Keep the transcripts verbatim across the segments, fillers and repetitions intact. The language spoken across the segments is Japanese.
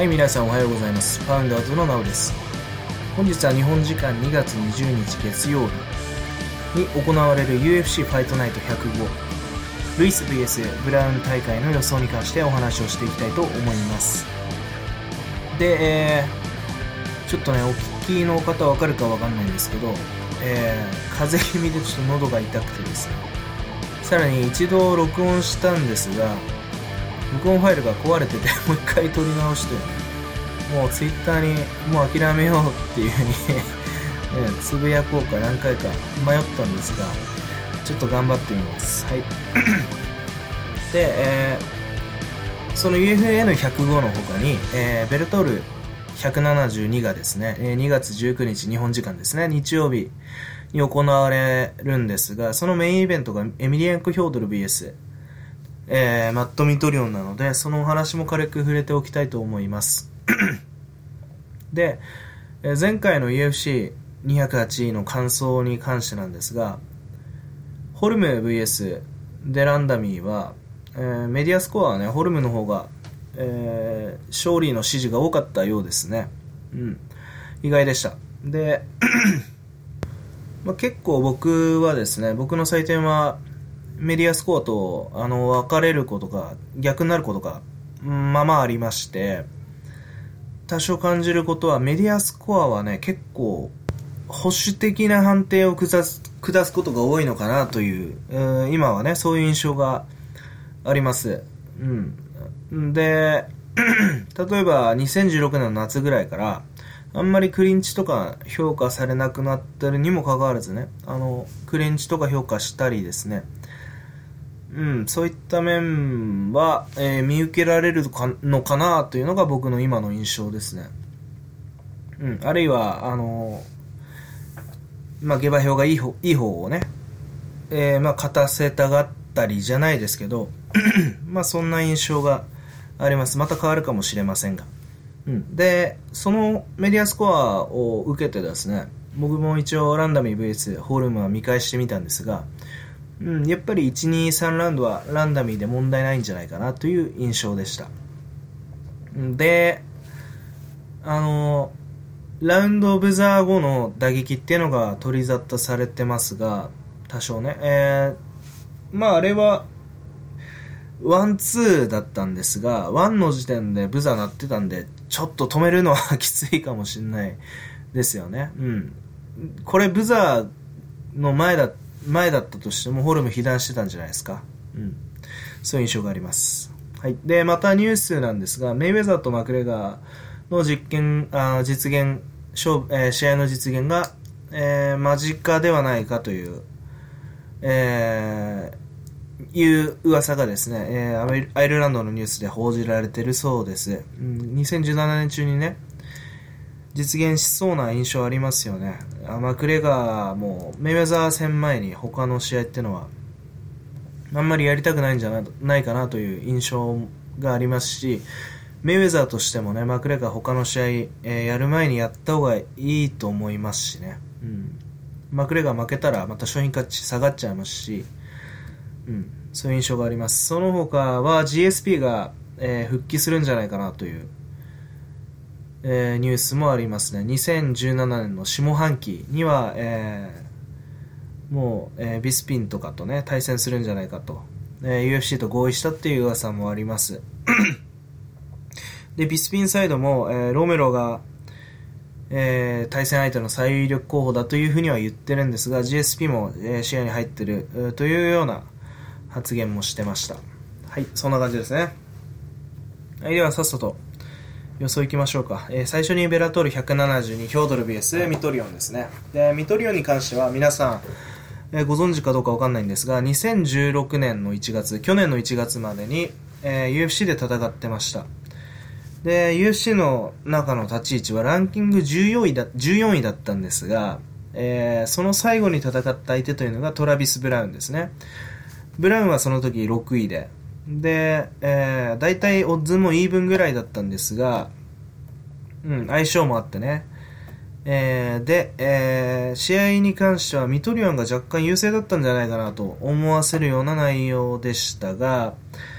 はい、皆さんおはようございます。ファウンダーズのナオです。本日は日本時間にがつにじゅうにち月曜日に行われる ユーエフシー ファイトナイトひゃくごルイス ブイエス ブラウン大会の予想に関してお話をしていきたいと思います。で、えー、ちょっとね、お聞きの方はわかるかわかんないんですけど、えー、風邪気味でちょっと喉が痛くてですね、さらに一度録音したんですが、録音ファイルが壊れててもう一回撮り直して、もうツイッターにもう諦めようっていう風にね、つぶやこうか何回か迷ったんですが、ちょっと頑張ってみます。はいで、えー、その ユーエフエヌひゃくご の他に、えー、ベルトルひゃくななじゅうにがですね、にがつじゅうくにち日本時間ですね、日曜日に行われるんですが、そのメインイベントがエミリアンコ・ヒョードル ブイエスえー、マット・ミトリオンなので、そのお話も軽く触れておきたいと思いますで、えー、前回の ユーエフシーにひゃくはち の感想に関してなんですが、ホルム ブイエス デランダミーは、えー、メディアスコアはね、ホルムの方が、えー、勝利の支持が多かったようですね。うん、意外でした。でまあ、結構僕はですね、僕の採点はメディアスコアとあの分かれることが逆になることがまあまあありまして、多少感じることは、メディアスコアはね、結構保守的な判定を下す、下すことが多いのかなという、うーん、今はねそういう印象があります。うん、で例えばにせんじゅうろくねんの夏ぐらいからあんまりクリンチとか評価されなくなってるにもかかわらずね、あのクリンチとか評価したりですね、うん、そういった面は、えー、見受けられるのかなというのが僕の今の印象ですね。うん、あるいはあのー、まあ下馬評がいい方、いい方をね、えー、まあ勝たせたがったりじゃないですけどまあそんな印象があります。また変わるかもしれませんが、うん、でそのメディアスコアを受けてですね、僕も一応ランダム ブイエス ホールムは見返してみたんですが、うん、やっぱりいち、に、さんラウンドはランダミーで問題ないんじゃないかなという印象でした。で、あのラウンドオブザー後の打撃っていうのが取り沙汰されてますが、多少ね、えー、まああれはワンツーだったんですが、ワンの時点でブザー鳴ってたんで、ちょっと止めるのはきついかもしれないですよね。うん、これブザーの前だ前だったとしてもホルム被弾してたんじゃないですか。うん、そういう印象があります。はい。で、またニュースなんですが、メイウェザーとマクレガーの実験、あ実現、勝えー、試合の実現が、えー、間近ではないかという、えー、いう噂がですね、えー、アイルランドのニュースで報じられているそうです。うん、にせんじゅうななねん中にね、実現しそうな印象ありますよね。マクレガーもメイウェザー戦前に他の試合っていうのはあんまりやりたくないんじゃないかなという印象がありますし、メイウェザーとしてもね、マクレガー他の試合、えー、やる前にやった方がいいと思いますしね、うん、マクレガー負けたらまた商品価値下がっちゃいますし、うん、そういう印象があります。その他は ジーエスピー が、えー、復帰するんじゃないかなというえー、ニュースもありますね。にせんじゅうななねんの下半期には、えー、もう、えー、ビスピンとかとね対戦するんじゃないかと、えー、ユーエフシー と合意したっていう噂もありますでビスピンサイドも、えー、ロメロが、えー、対戦相手の最有力候補だというふうには言ってるんですが、 ジーエスピー も、えー、視野に入ってる、えー、というような発言もしてました。はい、そんな感じですね。はい、ではさっさと予想いきましょうか。えー、最初にベラトールひゃくななじゅうにヒョードル ブイエス ミトリオンですね。でミトリオンに関しては皆さん、えー、ご存知かどうかわかんないんですが、にせんじゅうろくねんのいちがつ、去年のいちがつまでに、えー、ユーエフシー で戦ってました。で ユーエフシー の中の立ち位置はランキングじゅうよんいだ、じゅうよんいだったんですが、えー、その最後に戦った相手というのがトラビス・ブラウンですね。ブラウンはその時ろくいで、で、えー、大体オッズもイーブンぐらいだったんですが、うん、相性もあってね、えー、で、えー、試合に関してはミトリオンが若干優勢だったんじゃないかなと思わせるような内容でしたが、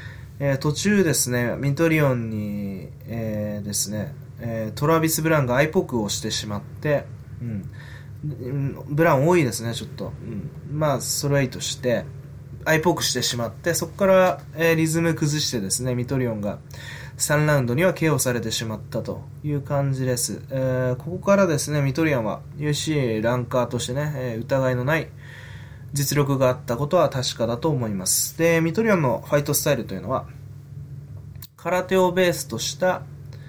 えー、途中ですね、ミトリオンに、えー、ですね、えー、トラビス・ブラウンがアイポクをしてしまって、うん、ブラウン多いですね、ちょっと。うん、まあ、それはいいとして、アイポクしてしまって、そこから、えー、リズム崩してですね、ミトリオンがさんラウンドには ケーオー されてしまったという感じです。えー、ここからですね、ミトリオンは ユーエフシー ランカーとしてね、えー、疑いのない実力があったことは確かだと思います。で、ミトリオンのファイトスタイルというのは、空手をベースとした、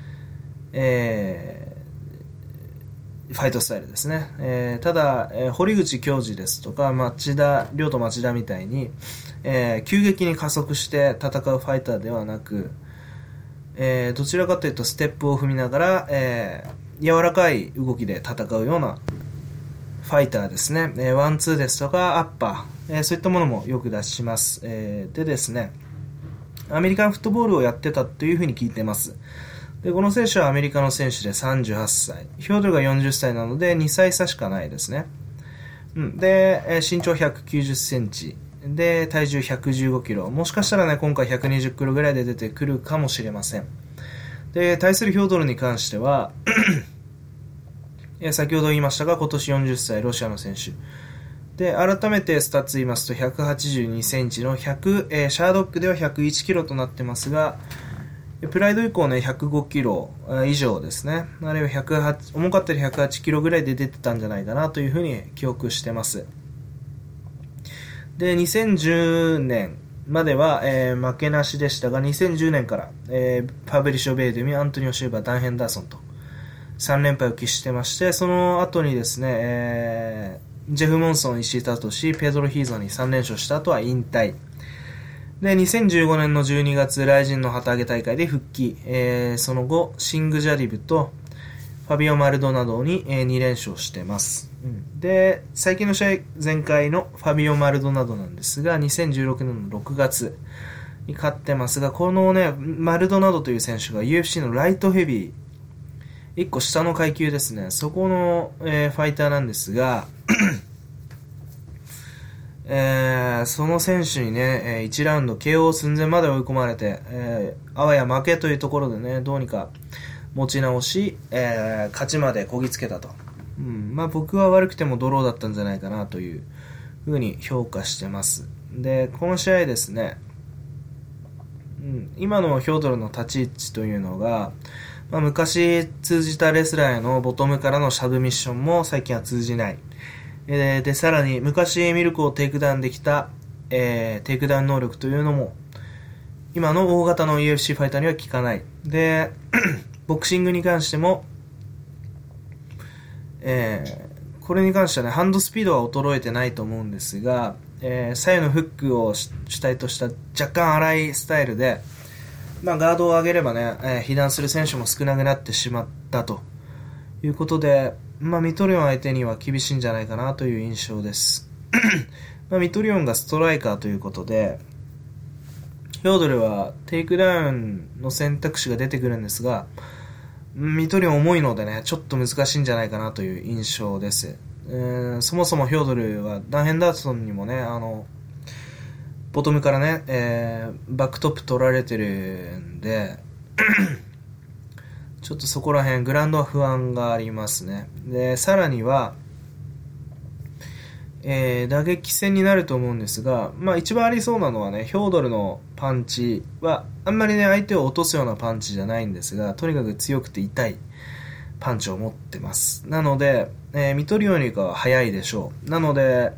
えー、ファイトスタイルですね。えー、ただ、えー、堀口恭司ですとか、町田、亮と町田みたいに、えー、急激に加速して戦うファイターではなく、えー、どちらかというとステップを踏みながら、えー、柔らかい動きで戦うようなファイターですね。えー、ワンツーですとか、アッパー、えー、そういったものもよく出します。えー、でですね、アメリカンフットボールをやってたというふうに聞いてます。で、この選手はアメリカの選手でさんじゅうはっさい。ヒョードルがよんじゅっさいなのでにさい差しかないですね。うん、で、えー、身長ひゃくきゅうじゅっセンチ。で、体重ひゃくじゅうごキロ。もしかしたらね、今回ひゃくにじゅっキロぐらいで出てくるかもしれません。で、対するヒョードルに関しては、先ほど言いましたが、今年よんじゅっさい、ロシアの選手。で、改めてスタッツ言いますと、ひゃくはちじゅうにセンチのひゃく、えー、シャードックではひゃくいちキロとなってますが、プライド以降ね、ひゃくごキロ以上ですね。あるいはひゃくはち、重かったらひゃくはちキロぐらいで出てたんじゃないかなというふうに記憶してます。で、にせんじゅうねんまでは、えー、負けなしでしたが、にせんじゅうねんから、えー、パブリッシュ・ベイデミ、アントニオ・シューバー、ダン・ヘンダーソンとさん連敗を喫してまして、その後にですね、えー、ジェフ・モンソン、石井聡、ペドロ・ヒーゾにさん連勝した後は引退。で、にせんじゅうごねんのじゅうにがつ、雷神の旗揚げ大会で復帰。えー、その後、シング・ジャリブとファビオ・マルドナドに、えー、に連勝してます。うん、で、最近の試合、前回のファビオ・マルドナドなんですが、にせんじゅうろくねんのろくがつに勝ってますが、このね、マルドナドという選手が ユーエフシー のライトヘビー、いっこ下の階級ですね。そこの、えー、ファイターなんですが、えー、その選手にね、いちラウンド ケーオー 寸前まで追い込まれて、えー、あわや負けというところでね、どうにか持ち直し、えー、勝ちまでこぎつけたと。うん、まあ僕は悪くてもドローだったんじゃないかなというふうに評価してます。で、この試合ですね、うん、今のヒョードルの立ち位置というのが、まあ、昔通じたレスラーへのボトムからのシャドウミッションも最近は通じない。えー、で、さらに昔ミルクをテイクダウンできた、えー、テイクダウン能力というのも今の大型の ユーエフシー ファイターには効かない。で、ボクシングに関しても、えー、これに関してはね、ハンドスピードは衰えてないと思うんですが、えー、左右のフックを主体とした若干荒いスタイルで、まあ、ガードを上げればね、えー、被弾する選手も少なくなってしまったということで、まあ、ミトリオン相手には厳しいんじゃないかなという印象です。まあ、ミトリオンがストライカーということで、ヒョードルはテイクダウンの選択肢が出てくるんですが、ミトリオン重いのでね、ちょっと難しいんじゃないかなという印象です。えー、そもそもヒョードルはダン・ヘンダーソンにもね、あの、ボトムからね、えー、バックトップ取られてるんで、ちょっとそこら辺、グラウンドは不安がありますね。で、さらには、えー、打撃戦になると思うんですが、まあ一番ありそうなのはね、ヒョードルのパンチは、あんまりね、相手を落とすようなパンチじゃないんですが、とにかく強くて痛いパンチを持ってます。なので、えー、ミトリオンよりかは速いでしょう。なので、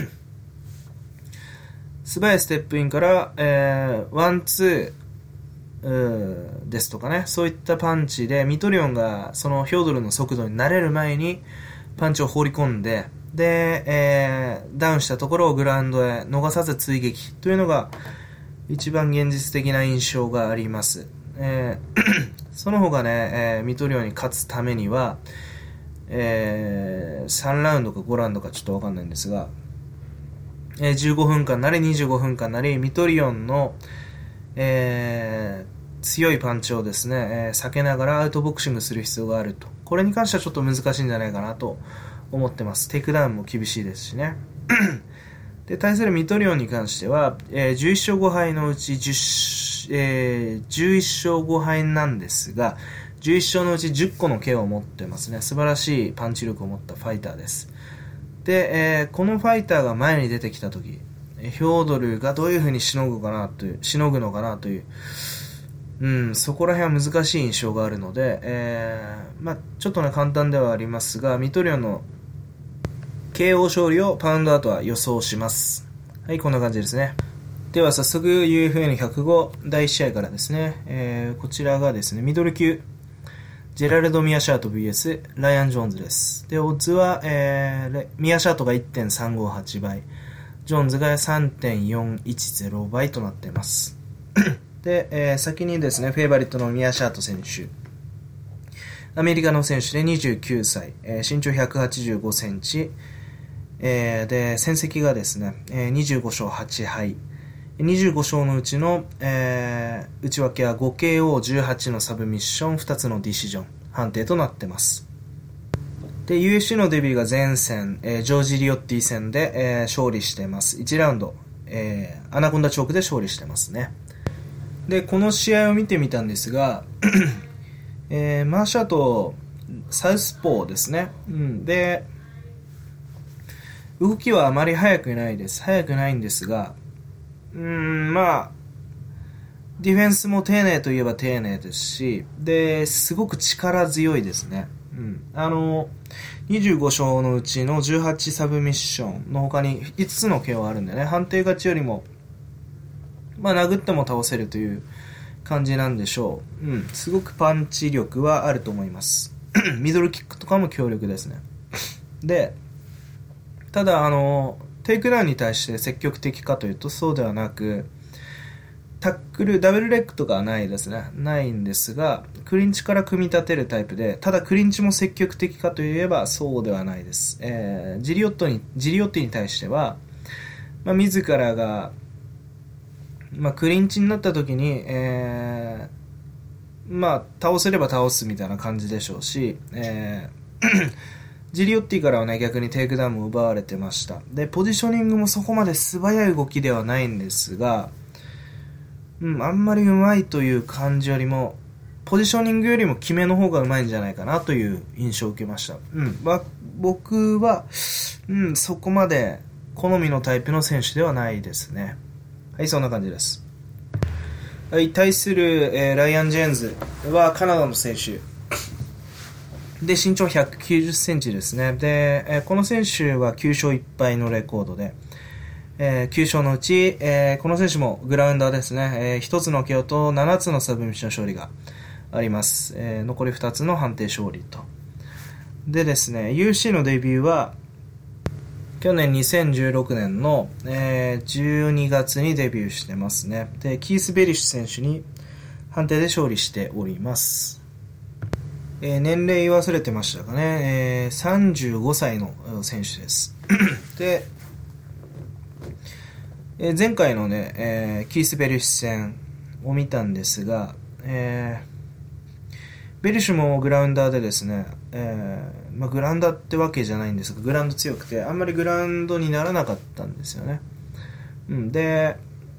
素早いステップインから、えー、ワン、ツーですとかね、そういったパンチでミトリオンがそのヒョードルの速度に慣れる前にパンチを放り込んで、で、えー、ダウンしたところをグラウンドへ逃さず追撃というのが一番現実的な印象があります。えー、その他ね、えー、ミトリオンに勝つためには、えー、さんラウンドかごラウンドかちょっとわかんないんですが、えー、じゅうごふんかんなりにじゅうごふんかんなりミトリオンの、えー、強いパンチをですね、えー、避けながらアウトボクシングする必要があると。これに関してはちょっと難しいんじゃないかなと思ってます。テイクダウンも厳しいですしね。で、対するミトリオンに関しては、えー、じゅういっしょうごはいのうちじゅえー、じゅういっしょうごはいなんですが、じゅういっ勝のうちじゅっこの ケーオー を持ってますね。素晴らしいパンチ力を持ったファイターです。で、えー、このファイターが前に出てきたとき、ヒョードルがどういう風にしのぐかなという、しのぐのかなという、うん、そこら辺は難しい印象があるので、えー、まあちょっとね、簡単ではありますが、ミトリオンの ケーオー 勝利をパウンドアートは予想します。はい、こんな感じですね。では早速 ユーエフエヌひゃくご だいいち試合からですね、えー、こちらがですね、ミドル級、ジェラルド・ミアシャート ブイエス ライアン・ジョーンズです。で、オッズは、えー、ミアシャートが いってんさんごはち 倍、ジョーンズが さんてんよんいちゼロ 倍となっています。で、えー、先にですね、フェイバリットのミアシャート選手、アメリカの選手でにじゅうきゅうさい、えー、身長ひゃくはちじゅうごセンチ、えー、で、戦績がですね、えー、にじゅうご勝はち敗、にじゅうご勝のうちの、えー、内訳は ごケーオーじゅうはち のサブミッション、ふたつのディシジョン判定となっています。で、ユーエフシー のデビューが前戦、えー、ジョージ・リオッティ戦で、えー、勝利しています。いちラウンド、えー、アナコンダチョークで勝利してますね。で、この試合を見てみたんですが、えー、マーシャート、サウスポーですね。うん、で、動きはあまり速くないです。速くないんですが、うーん、まあ、ディフェンスも丁寧といえば丁寧ですし、で、すごく力強いですね。うん。あの、にじゅうご勝のうちのじゅうはちサブミッションの他にいつつの ケーオー あるんでね、判定勝ちよりも、まあ、殴っても倒せるという感じなんでしょう。うん。すごくパンチ力はあると思います。ミドルキックとかも強力ですね。で、ただ、あの、テイクダウンに対して積極的かというとそうではなく、タックル、ダブルレッグとかはないですね。ないんですが、クリンチから組み立てるタイプで、ただクリンチも積極的かといえばそうではないです。えー、ジリオットに、ジリオッティに対しては、まあ、自らが、まあ、クリンチになった時に、えー、まあ、倒せれば倒すみたいな感じでしょうし、えージリオッティからはね、逆にテイクダウンも奪われてました。で、ポジショニングもそこまで素早い動きではないんですが、うん、あんまり上手いという感じよりも、ポジショニングよりも決めの方が上手いんじゃないかなという印象を受けました。うん、ま、僕は、うん、そこまで好みのタイプの選手ではないですね。はい、そんな感じです。はい、対する、えー、ライアン・ジェーンズはカナダの選手。で、身長ひゃくきゅうじゅっセンチですね。で、えー、この選手はきゅう勝いっ敗のレコードで、えー、きゅう勝のうち、えー、この選手もグラウンダーですね。えー、ひとつの ケーオー とななつのサブミッション勝利があります。えー、残りふたつの判定勝利と。でですね、ユーエフシー のデビューは、去年にせんじゅうろくねんの、えー、じゅうにがつにデビューしてますね。で、キース・ベリッシュ選手に判定で勝利しております。えー、年齢忘れてましたかね、えー、さんじゅうごさいの選手ですで、えー、前回のね、えー、キース・ベリッシュ戦を見たんですが、えー、ベリッシュもグラウンダーでですね、えーまあ、グラウンダーってわけじゃないんですが、グラウンド強くてあんまりグラウンドにならなかったんですよね。うん、で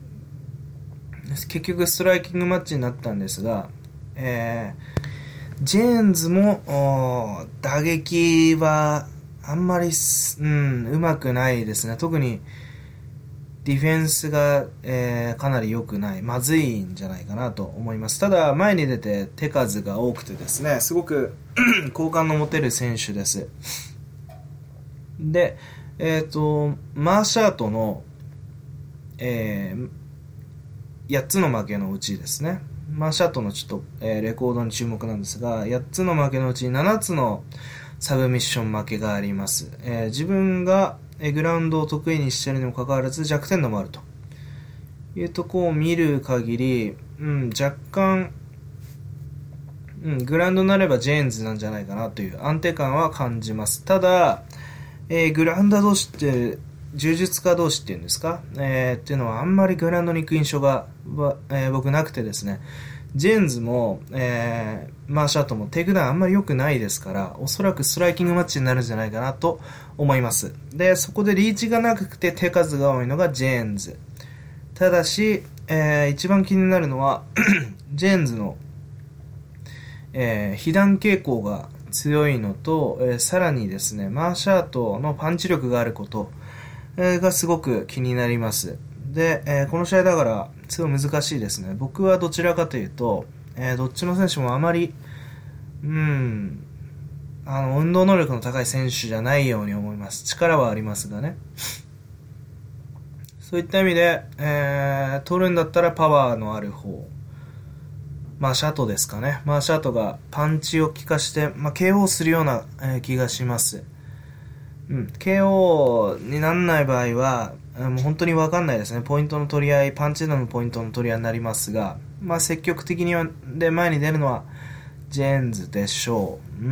結局ストライキングマッチになったんですが、えージェーンズも打撃はあんまり、うん、うまくないですね。特にディフェンスが、えー、かなり良くない、まずいんじゃないかなと思います。ただ前に出て手数が多くてですね、すごく好感の持てる選手です。で、えっとマーシャートの、えー、やっつの負けのうちですね。マーシャートのちょっと、えー、レコードに注目なんですが、やっつの負けのうちななつのサブミッション負けがあります。えー、自分が、えー、グラウンドを得意にしているにもかかわらず弱点のもあるというところを見る限り、うん、若干、うん、グラウンドになればジェーンズなんじゃないかなという安定感は感じます。ただ、えー、グラウンダー同士って柔術家同士っていうんですか、えー、っていうのはあんまりグラウンドに行く印象が、えー、僕なくてですね、ジェーンズも、えー、マーシャートもテイクダウンあんまり良くないですから、おそらくストライキングマッチになるんじゃないかなと思います。で、そこでリーチがなくて手数が多いのがジェーンズ。 ただし、えー、一番気になるのはジェーンズの、えー、被弾傾向が強いのと、えー、さらにですねマーシャートのパンチ力があること、えー、がすごく気になります。で、えー、この試合だからすごい難しいですね。僕はどちらかというと、えー、どっちの選手もあまりうんあの運動能力の高い選手じゃないように思います。力はありますがね。そういった意味で、えー、取るんだったらパワーのある方、まあシャトですかね。まあシャトがパンチを効かして、まあ、ケーオー するような、えー、気がします。うん、ケーオー にならない場合は、もう本当に分かんないですね。ポイントの取り合い、パンチのポイントの取り合いになりますが、まあ積極的にはで前に出るのはジェーンズでしょう。うん、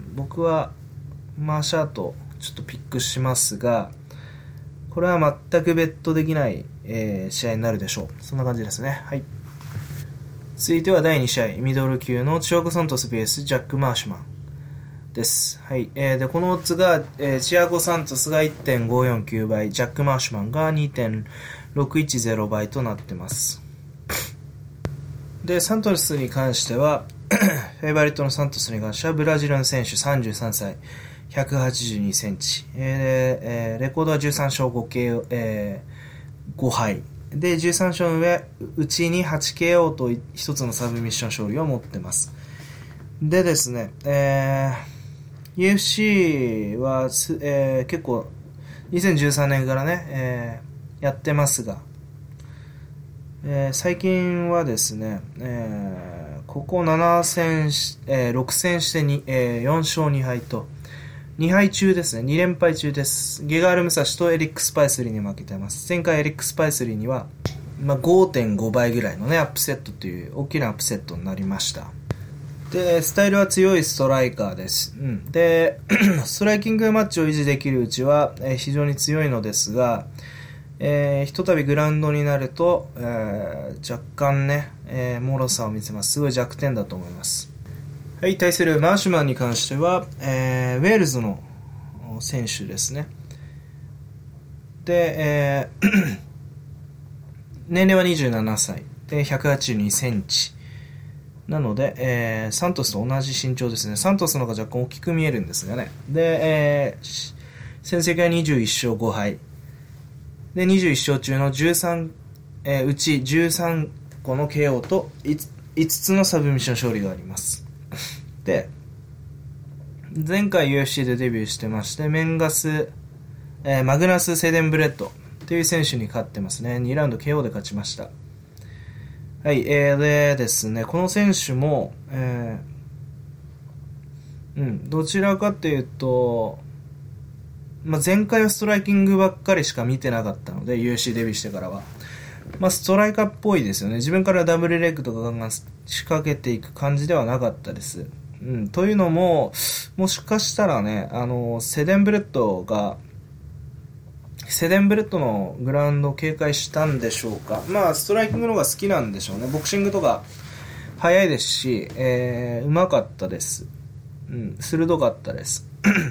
僕はマーシャートちょっとピックしますが、これは全くベットできない、えー、試合になるでしょう。そんな感じですね。はい。続いてはだいに試合、ミドル級のチアゴ・サントス ブイエス ジャック・マーシュマンです。はい。えー、でこのオッズが、えー、チアゴ・サントスが いってんごよんきゅう 倍、ジャック・マーシュマンが にてんろくいちゼロ 倍となってます。でサントスに関してはフェイバリットのサントスに関してはブラジルの選手さんじゅうさんさい、ひゃくはちじゅうにセンチ、えーえー、レコードはじゅうさんしょうごケーオー、えー、ごはいでじゅうさん勝の上うちに はちケーオー とひとつのサブミッション勝利を持ってます。でですね、えー、ユーエフシー は、えー、結構にせんじゅうさんねんからね、えー、やってますが、えー、最近はですね、えー、ここなな戦、えー、ろく戦してに、えー、よん勝に敗とに敗中ですね。に連敗中です。ゲガール・ムサシとエリック・スパイスリーに負けています。前回エリック・スパイスリーには、まあ、ごてんご 倍ぐらいのねアップセットという大きなアップセットになりました。でスタイルは強いストライカーです、うん、でストライキングマッチを維持できるうちは、えー、非常に強いのですが、えー、ひとたびグラウンドになると、えー、若干ね、えー、脆さを見せます。すごい弱点だと思います。はい、対するマーシュマンに関しては、えー、ウェールズの選手ですね。で、えー、年齢はにじゅうななさいでひゃくはちじゅうにセンチなので、えー、サントスと同じ身長ですね。サントスの方が若干大きく見えるんですがね。で、えー、戦績はにじゅういっ勝ご敗でにじゅういっ勝中のじゅうさん、えー、うちじゅうさん個の ケーオー と 5, 5つのサブミッション勝利があります。で前回 ユーエフシー でデビューしてまして、メンガス、えー、マグナス・セデンブレッドという選手に勝ってますね。にラウンド ケーオー で勝ちました。はい、えー、でですね、この選手も、えー、うん、どちらかというと、まあ、前回はストライキングばっかりしか見てなかったので、ユーエフシー デビューしてからは。まあ、ストライカーっぽいですよね。自分からダブルレッグとかガンガン仕掛けていく感じではなかったです。うん、というのも、もしかしたらね、あの、セデンブレッドが、セデンブレッドのグラウンドを警戒したんでしょうか。まあ、ストライキングの方が好きなんでしょうね。ボクシングとか速いですし、えー、うまかったです。うん、鋭かったです。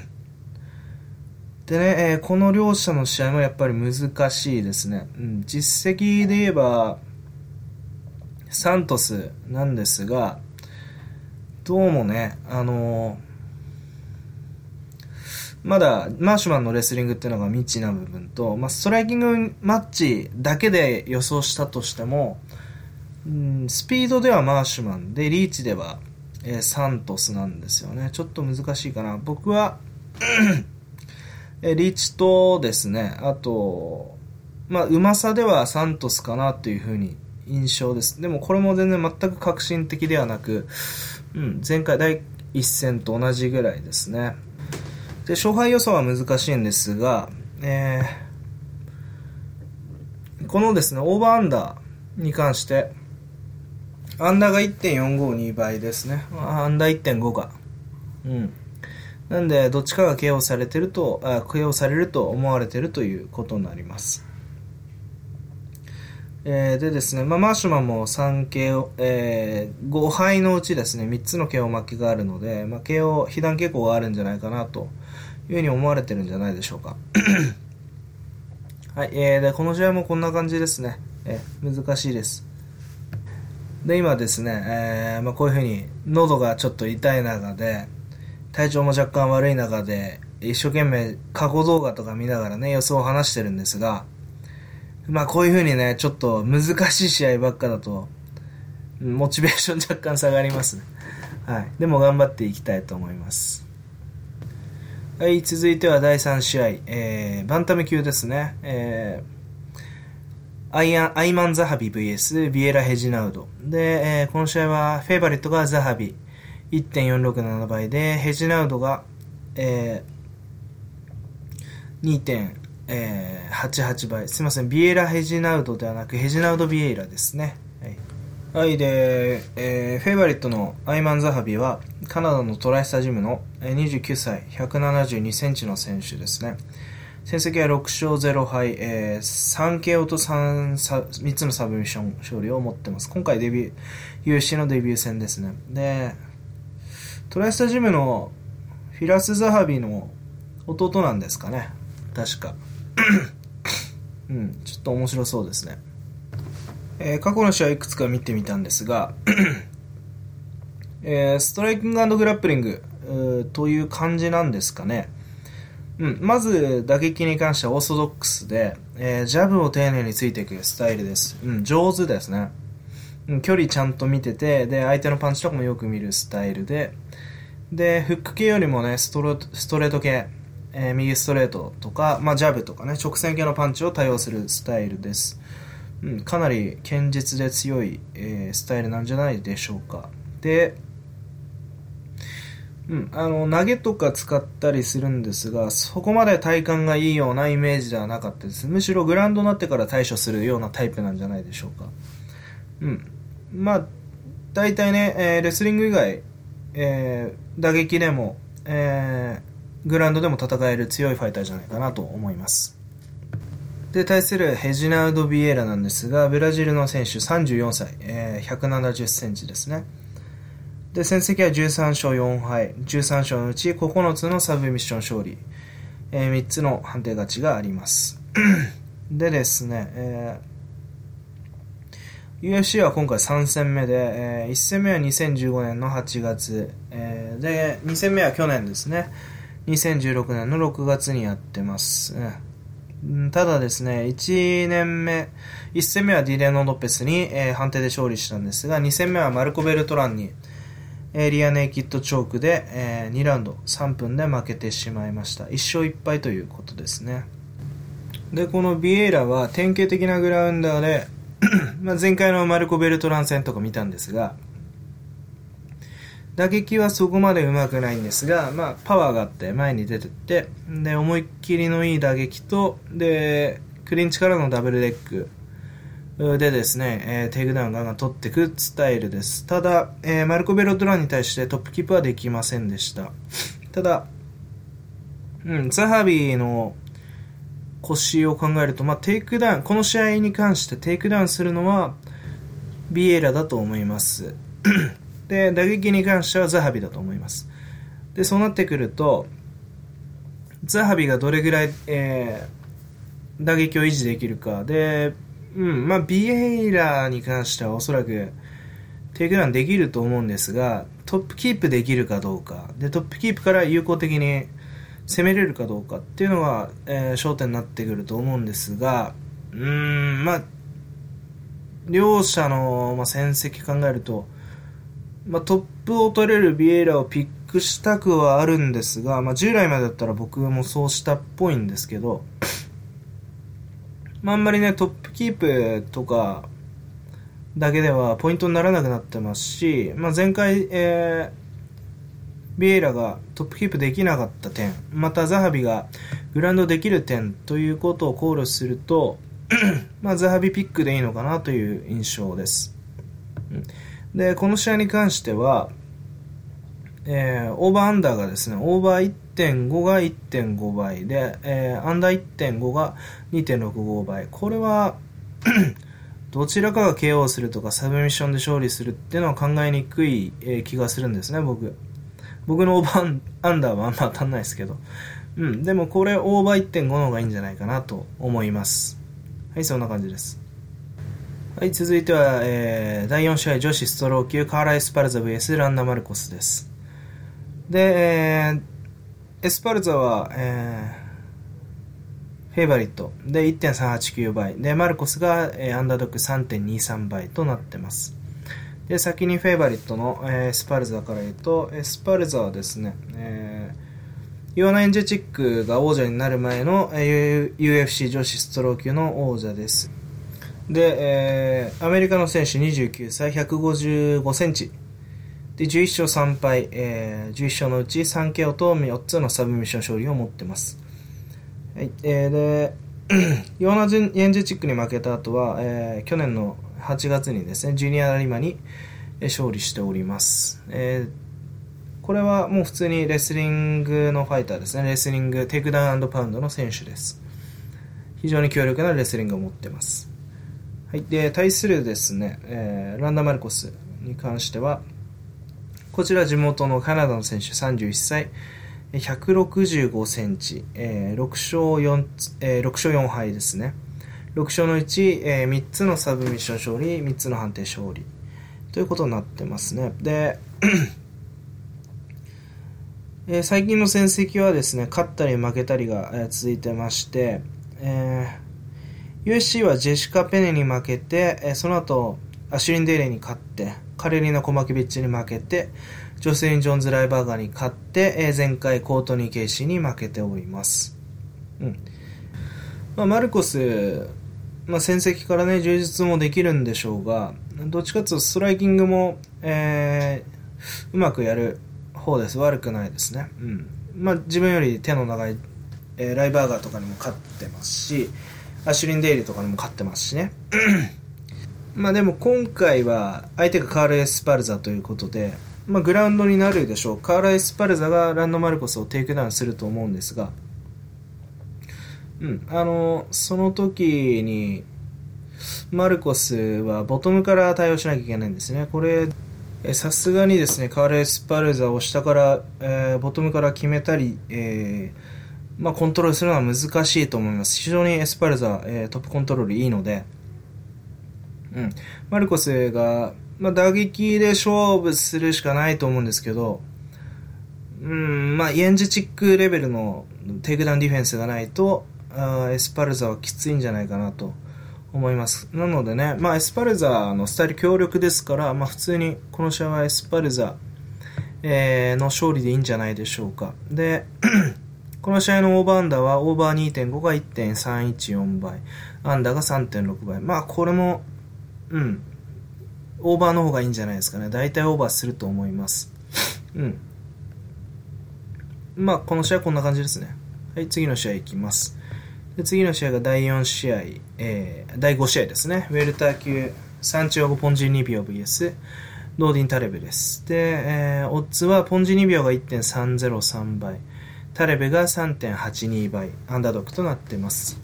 でね、えー、この両者の試合もやっぱり難しいですね。うん、実績で言えば、サントスなんですが、どうもね、あのー、まだマーシュマンのレスリングっていうのが未知な部分と、まあ、ストライキングマッチだけで予想したとしても、うん、スピードではマーシュマンでリーチでは、えー、サントスなんですよね。ちょっと難しいかな。僕はえー、リーチとですね、あと、まあ、うまさではサントスかなというふうに印象です。でもこれも全然全く革新的ではなく、うん、前回第一戦と同じぐらいですね。で勝敗予想は難しいんですが、えー、このですねオーバーアンダーに関してアンダーが いってんよんごに 倍ですね。アンダー いってんご が、うん、なんでどっちかが ケーオー されてるとあ ケーオー されると思われているということになります。えー、でですね、まあ、マーシュマンも さんケーオー、えー、ご敗のうちですねみっつの ケーオー 負けがあるので、まあ、ケーオー 被弾傾向があるんじゃないかなというふうに思われてるんじゃないでしょうか。 はい、えー、で、この試合もこんな感じですね。えー、難しいです。で、今ですね、えー、まあ、こういう風に喉がちょっと痛い中で、体調も若干悪い中で、一生懸命過去動画とか見ながらね、予想を話してるんですが、まあこういう風にね、ちょっと難しい試合ばっかだと、モチベーション若干下がりますね。はい。でも頑張っていきたいと思います。はい、続いてはだいさん試合、えー、バンタム級ですね。えー、アイアン、アイマン・ザハビ ブイエス ビエラ・ヘジナウド。で、えー、この試合はフェイバリットがザハビ いってんよんろくなな 倍で、ヘジナウドが、えー、にてんはちはち 倍。すいません、ビエラ・ヘジナウドではなくヘジナウド・ビエイラですね。はい、はい、で、えー、フェイバリットのアイマン・ザハビはカナダのトライスタジムのにじゅうきゅうさい、ひゃくななじゅうにセンチの選手ですね。戦績はろくしょうぜろはい、えー、さんケーオー と 3, 3つのサブミッション勝利を持ってます。今回デビュー ユーエフシー のデビュー戦ですね。で、トライスタジムのフィラス・ザハビの弟なんですかね、確か。うん、ちょっと面白そうですね。えー、過去の試合いくつか見てみたんですが、えー、ストライキング&グラップリングという感じなんですかね。うん、まず打撃に関してはオーソドックスで、えー、ジャブを丁寧についていくスタイルです。うん、上手ですね。うん、距離ちゃんと見てて、で相手のパンチとかもよく見るスタイルで、でフック系よりもねストレート、ストレート系、えー、右ストレートとか、まあ、ジャブとかね直線系のパンチを多用するスタイルです。うん、かなり堅実で強い、えー、スタイルなんじゃないでしょうか。で、うん、あの投げとか使ったりするんですが、そこまで体感がいいようなイメージではなかったです。むしろグラウンドになってから対処するようなタイプなんじゃないでしょうか。うん、まあ大体ね、えー、レスリング以外、えー、打撃でも、えー、グラウンドでも戦える強いファイターじゃないかなと思います。で、対するヘジナウド・ビエイラなんですが、ブラジルの選手さんじゅうよんさい、えー、ひゃくななじゅっセンチですね。で、戦績はじゅうさんしょうよんはい、じゅうさんしょうのうちここのつのサブミッション勝利、えー、みっつの判定勝ちがあります。でですね、えー、ユーエフシー は今回さん戦目で、えー、いち戦目はにせんじゅうごねんのはちがつ、えー、で、に戦目は去年ですね、にせんじゅうろくねんのろくがつにやってます。ただですね、いちねんめ、いち戦目はディレノ・ロペスに、えー、判定で勝利したんですが、に戦目はマルコ・ベルトランに、えー、リアネイキッドチョークで、えー、にラウンドさんぷんで負けてしまいました。いっしょういっぱいということですね。で、このビエイラは典型的なグラウンダーで、まあ前回のマルコ・ベルトラン戦とか見たんですが、打撃はそこまで上手くないんですが、まあ、パワーがあって前に出てって、で、思いっきりのいい打撃と、で、クリンチからのダブルレッグでですね、えー、テイクダウンガンガン取っていくスタイルです。ただ、えー、マルコ・ベルトランに対してトップキープはできませんでした。ただ、うん、ザハビの腰を考えると、まあ、テイクダウン、この試合に関してテイクダウンするのはビエイラだと思います。で、打撃に関してはザハビだと思います。で、そうなってくると、ザハビがどれぐらい、えー、打撃を維持できるか。で、うん、まあ、ビエイラに関してはおそらくテイクダウンできると思うんですが、トップキープできるかどうか。で、トップキープから有効的に攻めれるかどうかっていうのが、えー、焦点になってくると思うんですが、うーん、まあ、両者の、まあ、戦績考えると、まあ、トップを取れるビエイラをピックしたくはあるんですが、まあ、従来までだったら僕もそうしたっぽいんですけど、まあ、あんまりねトップキープとかだけではポイントにならなくなってますし、まあ、前回、えー、ビエイラがトップキープできなかった点、またザハビがグラウンドできる点ということを考慮するとまあザハビピックでいいのかなという印象です。うんで、この試合に関しては、えー、オーバーアンダーがですね、オーバー いってんご が いってんご 倍で、えー、アンダー いってんご が にてんろくご 倍。これは、どちらかが ケーオー するとか、サブミッションで勝利するっていうのは考えにくい、えー、気がするんですね、僕。僕のオーバーアンダーはあんま当たんないですけど。 うん、でもこれオーバー いってんご の方がいいんじゃないかなと思います。はい、そんな感じです。はい、続いては、えー、だいよん試合女子ストロー級カーラ・エスパルザ ブイエス ランナ・マルコスです。で、えー、エスパルザは、えー、フェイバリットで いってんさんはちきゅう 倍で、マルコスが、えー、アンダードック さんてんにさん 倍となってます。で、先にフェイバリットの、えー、エスパルザから言うと、エスパルザはですね、えー、イオナ・エンジェチックが王者になる前の、えー、ユーエフシー 女子ストロー級の王者です。で、えー、アメリカの選手にじゅうきゅうさい、ひゃくごじゅうごセンチでじゅういっしょうさんぱい、えー、じゅういっしょうのうち さんケーオー とよっつのサブミッション勝利を持ってます。はい、えー、でヨーナ・エンジェチックに負けた後は、えー、去年のはちがつにですねジュニアリマに勝利しております。えー、これはもう普通にレスリングのファイターですね。レスリングテイクダウン&パウンドの選手です。非常に強力なレスリングを持ってます。はい、で対するですね、えー、ランダ・マルコスに関してはこちら地元のカナダの選手さんじゅういっさい、ひゃくろくじゅうごセンチ、えー、ろく勝よん、えー、ろく勝よん敗ですね。ろく勝のうち、えー、みっつのサブミッション勝利、みっつの判定勝利ということになってますね。で、えー、最近の戦績はですね、勝ったり負けたりが、えー、続いてまして、えーユーエフシー はジェシカ・ペネに負けて、えー、その後アシュリン・デイレイに勝ってカレリーナ・コマキビッチに負けてジョセリン・ジョーンズ・ライバーガーに勝って、えー、前回コートニー・ケイシーに負けております。うんまあ、マルコス、まあ、戦績からね充実もできるんでしょうがどっちかというとストライキングも、えー、うまくやる方です。悪くないですね。うんまあ、自分より手の長い、えー、ライバーガーとかにも勝ってますしアシュリン・デイリーとかにも勝ってますしねまあでも今回は相手がカール・エスパルザということで、まあ、グラウンドになるでしょう。カール・エスパルザがランド・マルコスをテイクダウンすると思うんですが、うんあのその時にマルコスはボトムから対応しなきゃいけないんですね。これさすがにですねカール・エスパルザを下から、えー、ボトムから決めたり、えーまあ、コントロールするのは難しいと思います。非常にエスパルザ、えー、トップコントロールいいので、うん、マルコスが、まあ、打撃で勝負するしかないと思うんですけど、うんまあ、エンジェチックレベルのテイクダウンディフェンスがないとあエスパルザはきついんじゃないかなと思います。なのでね、まあ、エスパルザのスタイル強力ですから、まあ、普通にこの試合はエスパルザ、えー、の勝利でいいんじゃないでしょうか。でこの試合のオーバーアンダーはオーバー にてんご が いってんさんいちよん 倍アンダーが さんてんろく 倍。まあこれもうんオーバーの方がいいんじゃないですかね。だいたいオーバーすると思います。うんまあこの試合はこんな感じですね。はい、次の試合いきます。で次の試合がだいよん試合、えー、だいご試合ですね。ウェルター級サンチアゴ・ポンジニビオ ブイエス ドーディン・タレベです。で、えー、オッズはポンジニビオが いってんさんぜろさん 倍タレベが さんてんはちに 倍アンダードックとなっています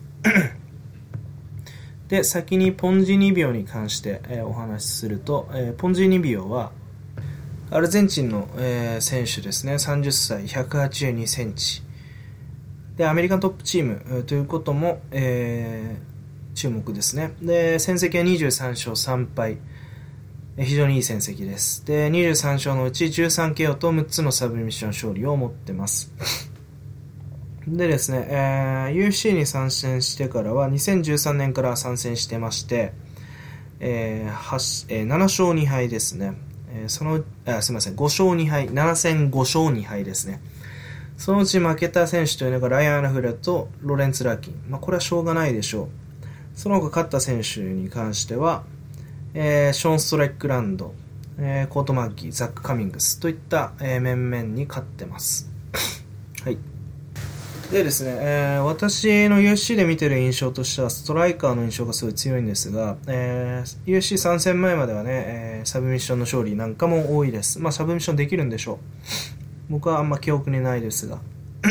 で先にポンジニビオに関して、えー、お話しすると、えー、ポンジニビオはアルゼンチンの、えー、選手ですね。さんじゅっさい、ひゃくはちじゅうにセンチでアメリカントップチーム、えー、ということも、えー、注目ですね。で戦績はにじゅうさん勝さん敗、えー、非常にいい戦績です。でにじゅうさん勝のうちじゅうさんケーオーとむっつのサブミッション勝利を持ってますでですね、えー、ユーエフシー に参戦してからはにせんじゅうさんねんから参戦してまして、えーはちえー、なな勝に敗ですね。えー、そのあすみませんご勝に敗なな戦ご勝に敗ですね。そのうち負けた選手というのがライアン・アラフレとロレンツ・ラーキン、まあ、これはしょうがないでしょう。その他勝った選手に関しては、えー、ショーン・ストライクランド、えー、コート・マッギー、ザック・カミングスといった、えー、面々に勝ってますはいでですね、えー、私の ユーエフシー で見てる印象としてはストライカーの印象がすごい強いんですが、えー、ユーエフシーさん 戦前まではね、えー、サブミッションの勝利なんかも多いです。まあサブミッションできるんでしょう。僕はあんま記憶にないですが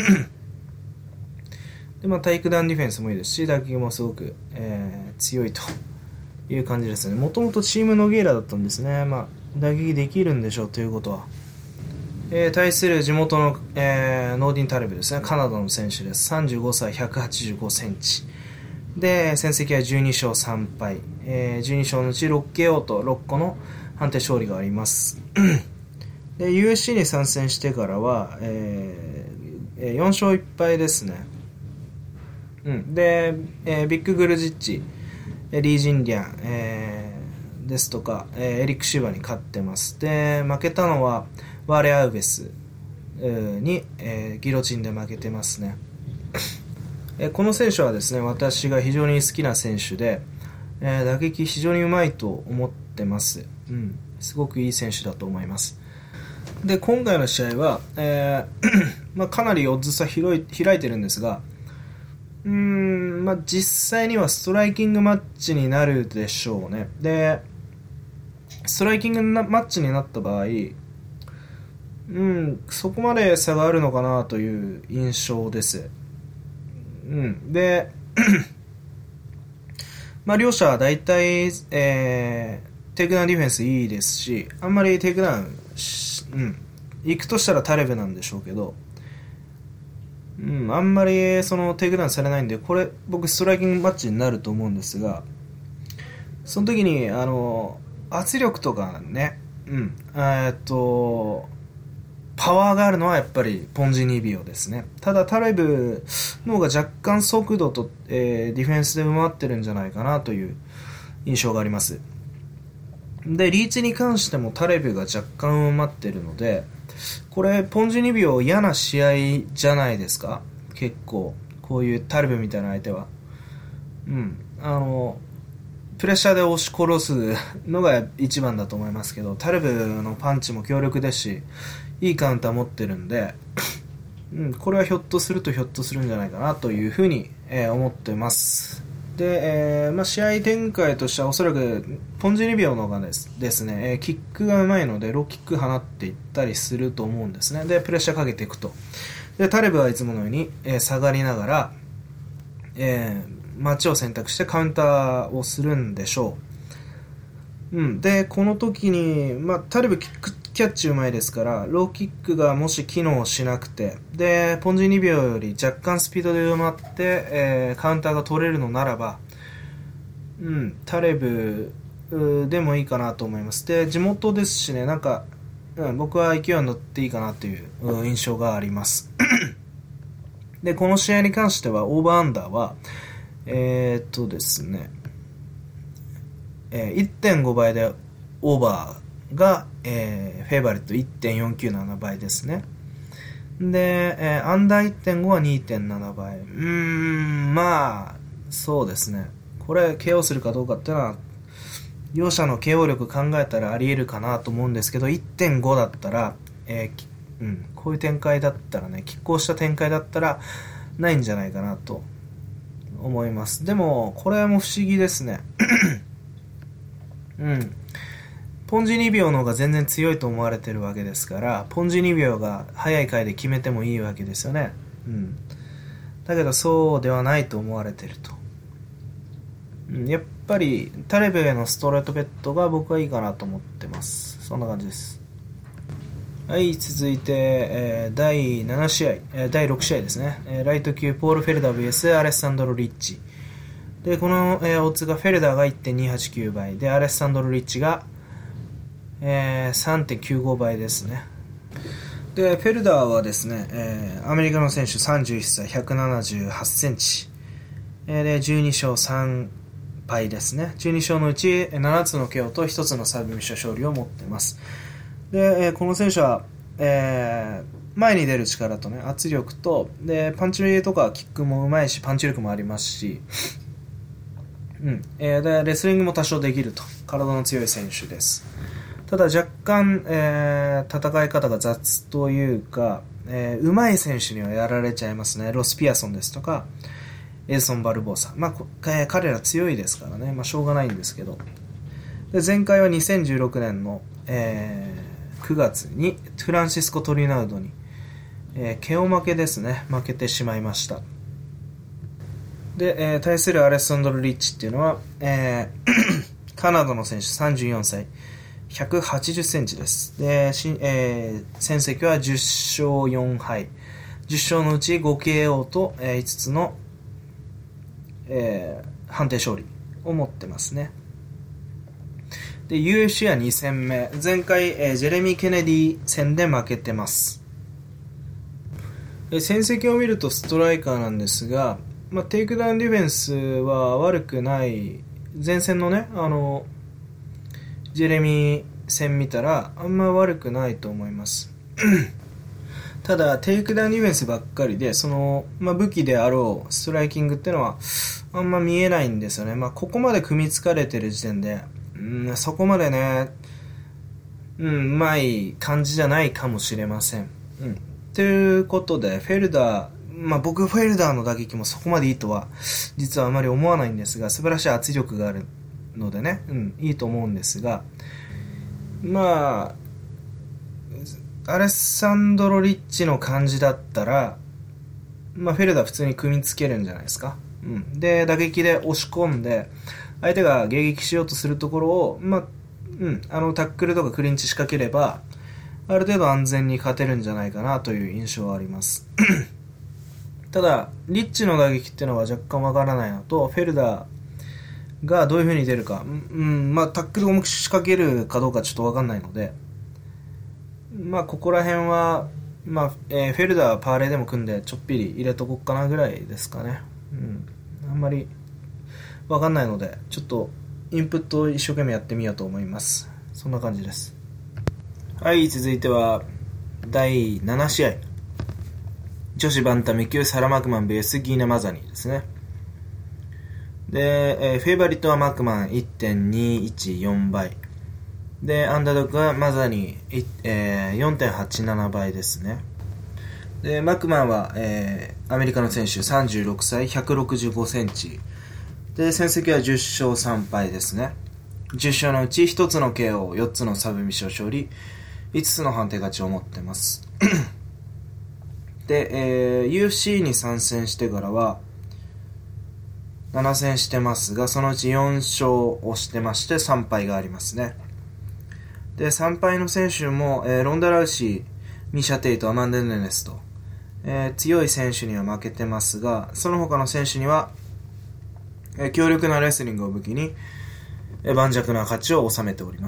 で、まあ、テイクダウンディフェンスもいいですし打撃もすごく、えー、強いという感じですね。もともとチームノゲーラだったんですね。まあ打撃できるんでしょうということは、 えー、対する地元の、えー、ノーディン・タレブですね、カナダの選手です。さんじゅうごさい、ひゃくはちじゅうごセンチで、戦績はじゅうにしょうさんぱい、えー、じゅうにしょうのうちろくケーオー とろっこの判定勝利がありますで ユーエフシー に参戦してからは、えー、よんしょういっぱいですね。うん、で、えー、ビッグ・グルジッチ、リー・ジンリャン、えー、ですとか、えー、エリック・シュバに勝ってます。で、負けたのはワーレ・アウベスに、えー、ギロチンで負けてますね。えー、この選手はですね、私が非常に好きな選手で、えー、打撃非常にうまいと思ってます。うん、すごくいい選手だと思います。で、今回の試合は、えーまあ、かなりオッズ差広い開いてるんですが、うーん、まあ、実際にはストライキングマッチになるでしょうね。で、ストライキングマッチになった場合、うん、そこまで差があるのかなという印象です。うん、で、まあ、両者は大体、えー、テイクダウンディフェンスいいですし、あんまりテイクダウン、うん、行くとしたらタレベなんでしょうけど、うん、あんまりそのテイクダウンされないんで、これ僕ストライキングマッチになると思うんですが、その時にあの圧力とかね、うん、えっとパワーがあるのはやっぱりポンジニビオですね。ただタレブの方が若干速度と、えー、ディフェンスで上回ってるんじゃないかなという印象があります。で、リーチに関してもタレブが若干上回ってるので、これポンジニビオ嫌な試合じゃないですか。結構こういうタレブみたいな相手は、うん、あのプレッシャーで押し殺すのが一番だと思いますけど、タレブのパンチも強力ですし、いいカウンター持ってるんで、うん、これはひょっとするとひょっとするんじゃないかなというふうに、えー、思ってます。で、えーまあ、試合展開としてはおそらくポンジニビオの方がです、ですね、えー、キックがうまいのでローキック放っていったりすると思うんですね。で、プレッシャーかけていくと。で、タレブはいつものように、えー、下がりながら、えー、街を選択してカウンターをするんでしょう。うん、で、この時に、まあ、タレブキックキャッチうまいですから、ローキックがもし機能しなくて、で、ポンジニビオより若干スピードで上回って、えー、カウンターが取れるのならば、うん、タレブでもいいかなと思います。で、地元ですしね、なんか、うん、僕は勢いに乗っていいかなという、うん、印象があります。で、この試合に関しては、オーバーアンダーは、えー、っとですね、えー、いってんごばいでオーバー、が、えー、フェイバリット いってんよんきゅうなな 倍ですね。で、えー、アンダー いってんご は にてんなな 倍。うーん、まあ、そうですね。これ、ケーオー するかどうかっていうのは、両者の ケーオー 力考えたらあり得るかなと思うんですけど、いってんご だったら、えーうん、こういう展開だったらね、拮抗した展開だったら、ないんじゃないかなと思います。でも、これも不思議ですね。うん。ポンジニビオの方が全然強いと思われてるわけですから、ポンジニビオが早い回で決めてもいいわけですよね。うん。だけどそうではないと思われてると。うん、やっぱりタレブへのストレートベットが僕はいいかなと思ってます。そんな感じです。はい、続いて、えー、だいななしあい、えー、だいろくしあいですね。えー、ライト級ポール・フェルダー ブイエス アレッサンドロ・リッチ。で、この、えー、オッズがフェルダーが いってんにはちきゅう 倍で、アレッサンドロ・リッチがえー、さんてんきゅうご 倍ですね。で、フェルダーはですね、えー、アメリカの選手さんじゅういっさい、ひゃくななじゅうはちセンチ、えー、でじゅうにしょうさんぱいですね。じゅうにしょうのうちななつのケーオーとひとつのサーブミッション勝利を持っています。で、えー、この選手は、えー、前に出る力とね、圧力と、で、パンチとかキックもうまいし、パンチ力もありますし、うん、えー、で、レスリングも多少できると、体の強い選手です。ただ若干、えー、戦い方が雑というか、えー、上手い選手にはやられちゃいますね。ロス・ピアソンですとか、エーソン・バルボーサ。まあ、えー、彼ら強いですからね。まあ、しょうがないんですけど。で、前回はにせんじゅうろくねんの、えー、くがつにフランシスコ・トリナウドに、えー、ケオ負けですね。負けてしまいました。で、えー、対するアレッサンドロ・リッチっていうのは、えー、カナダの選手さんじゅうよんさい。 ひゃくはちじゅっセンチです。で、しえー、戦績はじゅっしょうよんはい。じゅっしょうのうちごケーオー と、えー、いつつの、えー、判定勝利を持ってますね。で、ユーエフシー はに戦目。前回、えー、ジェレミー・ケネディ戦で負けてます。えー、戦績を見るとストライカーなんですが、まあ、テイクダウンディフェンスは悪くない。前線のね、あの、ジェレミー戦見たらあんま悪くないと思いますただテイクダウンディフェンスばっかりでその、まあ、武器であろうストライキングっていうのはあんま見えないんですよね。まあ、ここまで組みつかれてる時点で、うん、そこまでね、うん、うまい感じじゃないかもしれません。うん、ということでフェルダー、まあ、僕フェルダーの打撃もそこまでいいとは実はあまり思わないんですが、素晴らしい圧力があるのでね、うん、いいと思うんですが、まあアレッサンドロ・リッチの感じだったら、まあ、フェルダー普通に組みつけるんじゃないですか。うん、で打撃で押し込んで相手が迎撃しようとするところを、まあうん、あのタックルとかクリンチ仕掛ければある程度安全に勝てるんじゃないかなという印象はありますただリッチの打撃っていうのは若干わからないのと、フェルダーがどういう風に出るか、うん、まあタックルを仕掛けるかどうかちょっと分かんないので、まあここら辺は、まあえー、フェルダーはパーレーでも組んでちょっぴり入れとこっかなぐらいですかね。うん、あんまり分かんないのでちょっとインプットを一生懸命やってみようと思います。そんな感じです。はい、続いてはだいなな試合、女子バンタム級サラ・マクマン ブイエス ギーナ・マザニーですね。で、えー、フェイバリットはマクマン いってんにいちよん 倍で、アンダードッグはマザニー、えー、よんてんはちなな 倍ですね。で、マクマンは、えー、アメリカの選手、さんじゅうろくさい、ひゃくろくじゅうごセンチで、戦績はじゅっしょうさん敗ですね。じゅっ勝のうちひとつの ケーオー、よっつのサブミッション勝利、いつつの判定勝ちを持ってますで、えー、ユーエフシー に参戦してからはなな戦してますが、そのうちよん勝をしてましてさん敗がありますね。で、さん敗の選手も、えー、ロンダ・ラウシー、ミシャ・テイト、アマンダ・ヌネスと、えー、強い選手には負けてますが、その他の選手には、えー、強力なレスリングを武器に、えー、盤石な勝ちを収めております。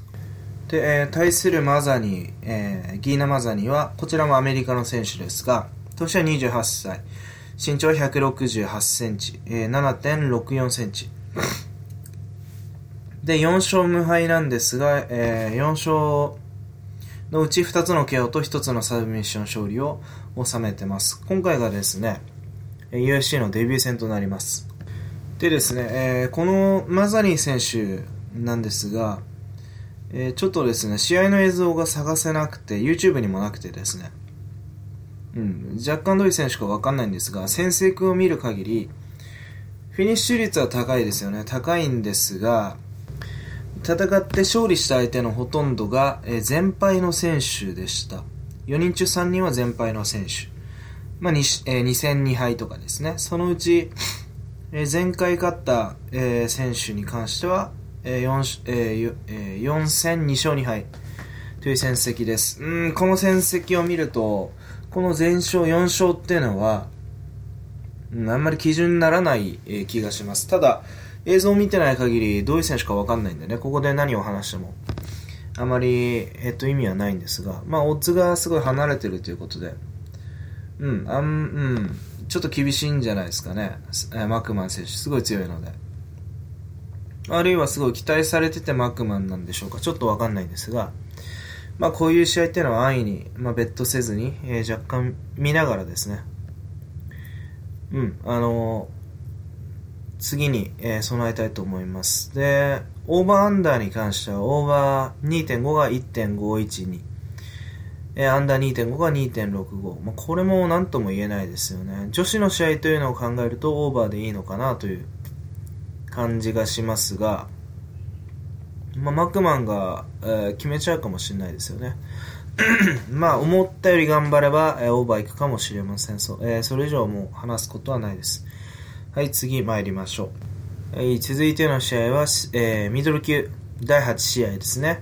で、えー、対するマザニー、えー、ギーナ・マザニーはこちらもアメリカの選手ですが、年はにじゅうはっさい、身長はひゃくろくじゅうはちセンチ、えー、ななてんろくよんセンチで、よん勝無敗なんですが、えー、よん勝のうちふたつの ケーオー とひとつのサブミッション勝利を収めてます。今回がですね ユーエフシー のデビュー戦となります。でですね、えー、このマザニー選手なんですが、えー、ちょっとですね試合の映像が探せなくて YouTube にもなくてですね、うん、若干どういう選手か分かんないんですが、戦績を見る限りフィニッシュ率は高いですよね。高いんですが、戦って勝利した相手のほとんどが、えー、全敗の選手でした。よにん中さんにんは全敗の選手、まあ 2, えー、に戦に敗とかですね。そのうち、えー、前回勝った、えー、選手に関しては、えー 4, えー、よん戦に勝に敗という戦績です。うん、この戦績を見るとこの全勝よん勝っていうのは、うん、あんまり基準にならない、えー、気がします。ただ映像を見てない限りどういう選手か分かんないんでね、ここで何を話してもあまり、えっと、意味はないんですが、まあオッズがすごい離れてるということで、うんあん、うん、ちょっと厳しいんじゃないですかね。マクマン選手すごい強いので、あるいはすごい期待されててマクマンなんでしょうか、ちょっと分かんないんですが、まあ、こういう試合っていうのは安易に、まあ、ベットせずに、えー、若干見ながらですね、うんあのー次に、えー、備えたいと思います。で、オーバーアンダーに関してはオーバー にてんご が いってんごいちに、えー、アンダー にてんご が にてんろくご、まあ、これも何とも言えないですよね。女子の試合というのを考えるとオーバーでいいのかなという感じがしますが、まあ、マクマンが、えー、決めちゃうかもしれないですよねまあ思ったより頑張れば、えー、オーバーいくかもしれません。 そ,、えー、それ以上もう話すことはないです。はい、次参りましょう。はい、続いての試合は、えー、ミドル級だいはち試合ですね。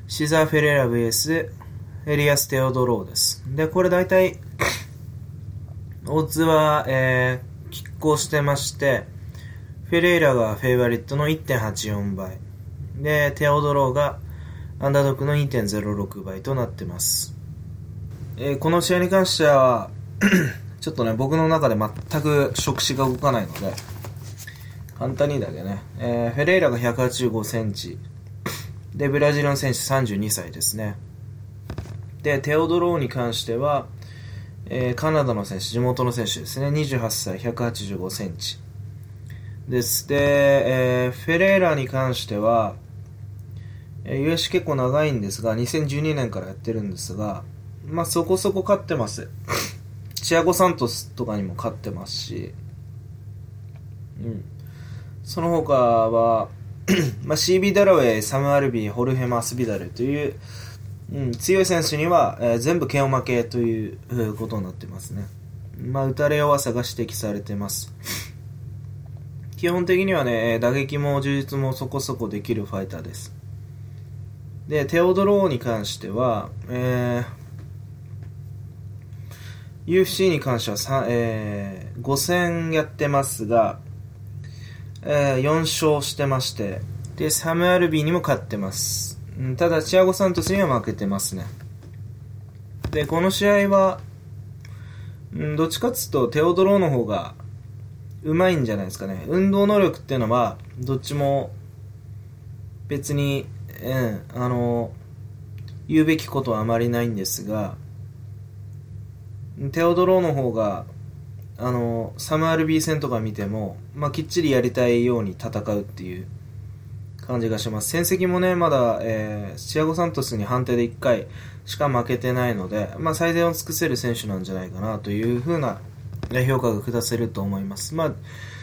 シザー・フェレイラ ブイエス エリアス・テオドローです。で、これ大体、オッズは、えー、拮抗してまして、フェレイラがフェイバリットの いってんはちよん 倍。で、テオドローがアンダードッグの にてんゼロろく 倍となってます。えー、この試合に関しては、ちょっとね、僕の中で全く触手が動かないので、簡単にだけね、えー、フェレイラがひゃくはちじゅうごセンチ、で、ブラジルの選手さんじゅうにさいですね。で、テオドローに関しては、えー、カナダの選手、地元の選手ですね、にじゅうはっさい、ひゃくはちじゅうごセンチです。で、えー、フェレイラに関しては、えー、ユーエフシー 結構長いんですが、にせんじゅうにねんからやってるんですが、まあそこそこ勝ってます。チアゴ・サントスとかにも勝ってますし、うん。その他は、まあ、シービー ダラウェイ、サム・アルビー、ホルヘ・マスビダルという、うん、強い選手には、えー、全部ケーオ負けということになってますね。まあ、打たれ弱さが指摘されてます。基本的にはね、打撃も充実もそこそこできるファイターです。で、テオドローに関しては、えー、ユーエフシー に関しては、えー、ご戦やってますが、えー、よん勝してまして、で、サム・アルビーにも勝ってます。ただ、チアゴ・サントスには負けてますね。で、この試合は、んどっちかっつうと、テオドローの方がうまいんじゃないですかね。運動能力っていうのは、どっちも別に、うん、あの、言うべきことはあまりないんですが、テオドローの方が、あのサム・アルビー戦とか見ても、まあ、きっちりやりたいように戦うっていう感じがします。戦績もね、まだ、えー、チアゴ・サントスに判定でいっかいしか負けてないので、まあ、最善を尽くせる選手なんじゃないかなという風な評価が下せると思います。まあ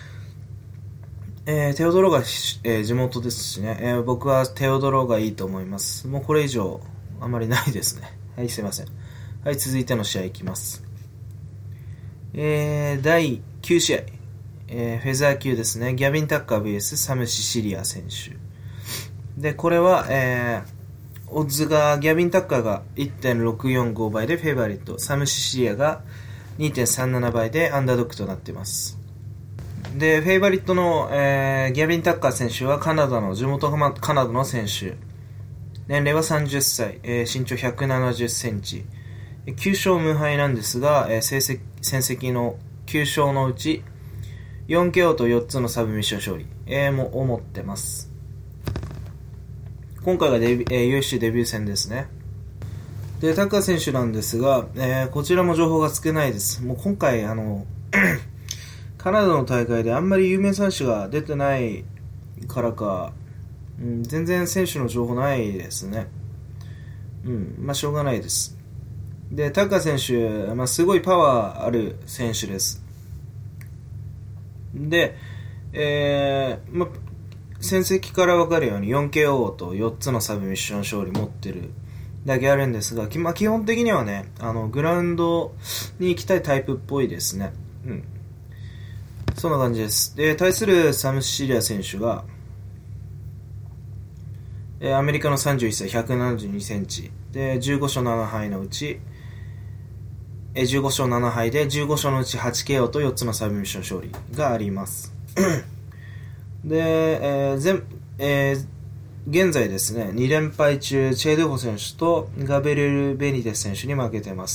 えー、テオドローが、えー、地元ですしね、えー、僕はテオドローがいいと思います。もうこれ以上あまりないですね。はい、すいません。はい、続いての試合いきます。えー、だいきゅう試合、えー、フェザー級ですね。ギャビン・タッカー ブイエス サム・シシリア選手で、これは、えー、オッズがギャビン・タッカーが いってんろくよんご 倍でフェイバリット、サム・シシリアが にてんさんなな 倍でアンダードッグとなっています。で、フェイバリットの、えー、ギャビン・タッカー選手はカナダの地元カナダの選手、年齢はさんじゅっさい、えー、身長ひゃくななじゅっセンチ、きゅう勝無敗なんですが、えー、成績戦績のきゅう勝のうち よんケーオー とよっつのサブミッション勝利、えー、も思ってます。今回がデビ、えー、ユーエフシー デビュー戦ですね。で、タッカー選手なんですが、えー、こちらも情報が少ないです。もう今回あのカナダの大会であんまり有名選手が出てないからか、うん、全然選手の情報ないですね。うん、まあしょうがないです。で、タッカー選手、まあ、すごいパワーある選手です。で、えーまあ、戦績から分かるように よんケーオー とよっつのサブミッション勝利持ってるだけあるんですが、まあ、基本的にはね、あのグラウンドに行きたいタイプっぽいですね。うん、そんな感じです。で、対するサム・シリア選手が、えー、アメリカのさんじゅういっさい、ひゃくななじゅうにセンチで、じゅうご勝なな敗のうちじゅうご勝なな敗でじゅうご勝のうち はちケーオー とよっつのサブミッション勝利がありますで、えー前えー、現在ですねに連敗中、チェ・ドゥホ選手とガベリエル・ベニテス選手に負けてます、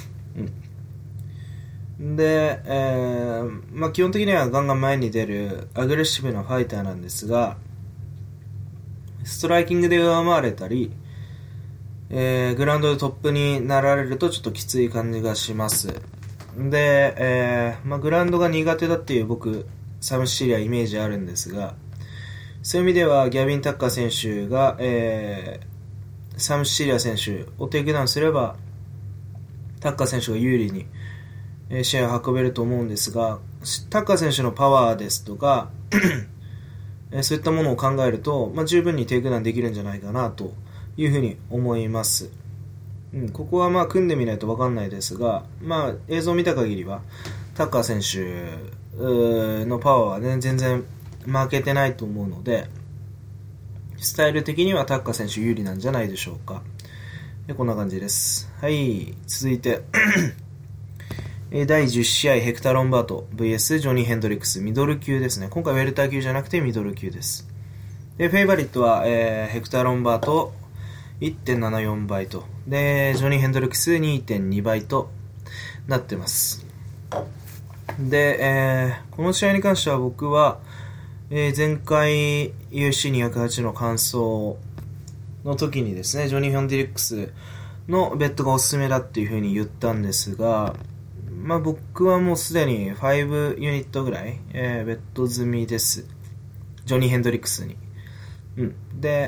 うん、で、えーまあ、基本的にはガンガン前に出るアグレッシブなファイターなんですが、ストライキングで上回れたり、えー、グラウンドでトップになられるとちょっときつい感じがします。で、えーまあ、グラウンドが苦手だっていう僕、サム・シリアイメージあるんですが、そういう意味ではギャビン・タッカー選手が、えー、サム・シリア選手をテイクダウンすればタッカー選手が有利に、えー、試合を運べると思うんですが、タッカー選手のパワーですとかえー、そういったものを考えると、まあ、十分にテイクダウンできるんじゃないかなというふうに思います。うん、ここはまあ組んでみないと分かんないですが、まあ、映像を見た限りはタッカー選手のパワーは、ね、全然負けてないと思うので、 スタイル的にはタッカー選手有利なんじゃないでしょうか。でこんな感じです。はい、続いてだいじゅっ試合ヘクター・ロンバート ブイエス ジョニー・ヘンドリックスミドル級ですね。今回ウェルター級じゃなくてミドル級です。でフェイバリットは、えー、ヘクター・ロンバート いってんななよん 倍とでジョニー・ヘンドリックス にてんに 倍となってます。で、えー、この試合に関しては僕は、えー、前回 ユーエフシーにひゃくはち の感想の時にですねジョニー・ヘンドリックスのベッドがおすすめだっていう風に言ったんですが、まあ、僕はもうすでにごユニットぐらい、えー、ベッド済みです。ジョニー・ヘンドリックスに。うん。で、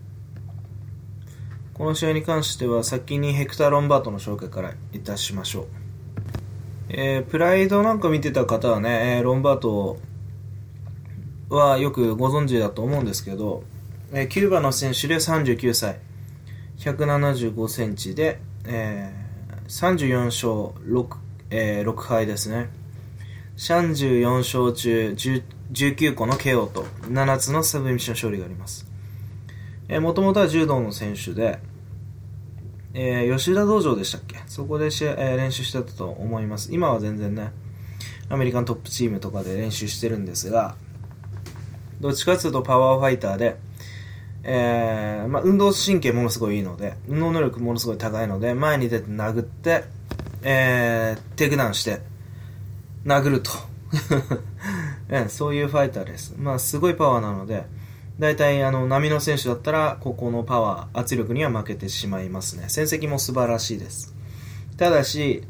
この試合に関しては先にヘクター・ロンバートの紹介からいたしましょう。えー、プライドなんか見てた方はね、えー、ロンバートはよくご存知だと思うんですけど、えー、キューバの選手でさんじゅうきゅうさい、ひゃくななじゅうごセンチで、えー、さんじゅうよん勝 6, えー、ろく敗ですね。さんじゅうよん勝中じゅうきゅう個の ケーオー とななつのサブミッション勝利があります。もともとは柔道の選手で、えー、吉田道場でしたっけ、そこでし、えー、練習してたと思います。今は全然ねアメリカントップチームとかで練習してるんですが、どっちかというとパワーファイターで、えーまあ、運動神経ものすごいいいので、運動能力ものすごい高いので、前に出て殴って、えー、テイクダウンして殴ると、えー、そういうファイターです。まあすごいパワーなので、だいたいあの波の選手だったらここのパワー圧力には負けてしまいますね。戦績も素晴らしいです。ただし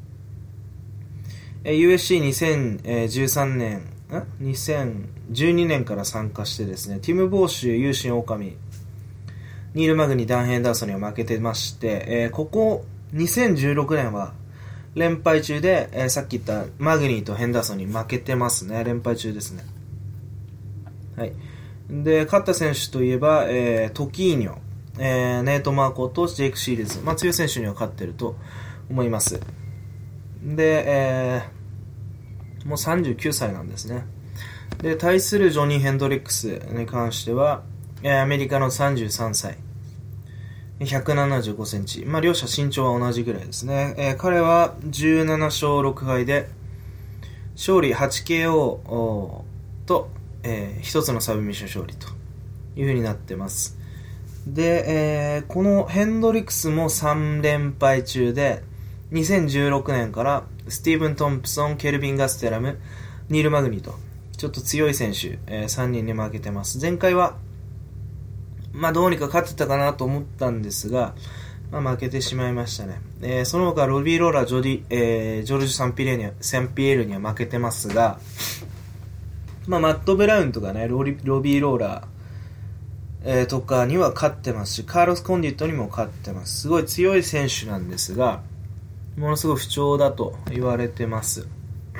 ユーエフシーにせんじゅうさんねんにせんじゅうにねんから参加してですね、ティム・ボーシュ、ユーシン・オオカミ、ニール・マグニ、ダン・ヘンダーソンには負けてまして、えー、ここにせんじゅうろくねんは連敗中で、えー、さっき言ったマグニーとヘンダーソンに負けてますね。連敗中ですね。はい。で、勝った選手といえば、えー、トキーニョ、えー、ネイト・マーコとジェイク・シーリーズ、まあ、強い選手には勝ってると思います。で、えー、もうさんじゅうきゅうさいなんですね。で、対するジョニー・ヘンドリックスに関しては、えー、アメリカのさんじゅうさんさい、ひゃくななじゅうごセンチ、まあ、両者身長は同じぐらいですね。えー、彼はじゅうなな勝ろく敗で勝利 はちケーオー と、えー、ひとつのサブミッション勝利という風になってます。で、えー、このヘンドリックスもさん連敗中で、にせんじゅうろくねんからスティーブン・トンプソン、ケルビン・ガステラム、ニール・マグニとちょっと強い選手、えー、さんにんに負けてます。前回はまあどうにか勝ってたかなと思ったんですが、まあ、負けてしまいましたね。えー、その他ロビー・ローラー、ジョディ、えー、ジョルジュ・サンピエールには、サンピエールには負けてますが、まあ、マット・ブラウンとかね、ロリロビー・ローラー、えー、とかには勝ってますし、カーロス・コンディットにも勝ってます。すごい強い選手なんですが、ものすごい不調だと言われてます。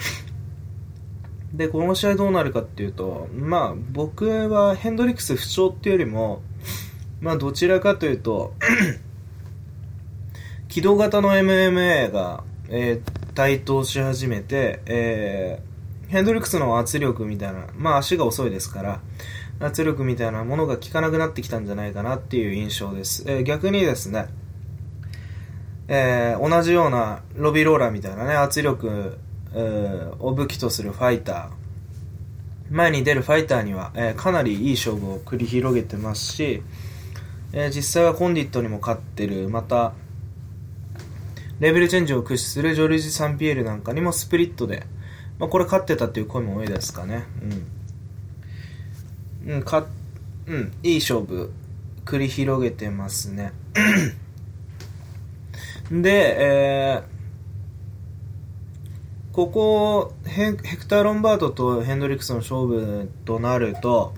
で、この試合どうなるかっていうと、まあ僕はヘンドリックス不調っていうよりも、まあどちらかというと機動型の エムエムエー が、えー、台頭し始めて、えー、ヘンドリックスの圧力みたいな、まあ足が遅いですから圧力みたいなものが効かなくなってきたんじゃないかなっていう印象です。えー、逆にですね、えー、同じようなロビーローラーみたいなね圧力を武器とするファイター、前に出るファイターには、えー、かなりいい勝負を繰り広げてますし、えー、実際はコンディットにも勝ってる、またレベルチェンジを駆使するジョルジ・サンピエールなんかにもスプリットで、まあ、これ勝ってたっていう声も多いですかね。うん、うん、かうん、いい勝負繰り広げてますねで、えーここヘクター・ロンバートとヘンドリックスの勝負となると、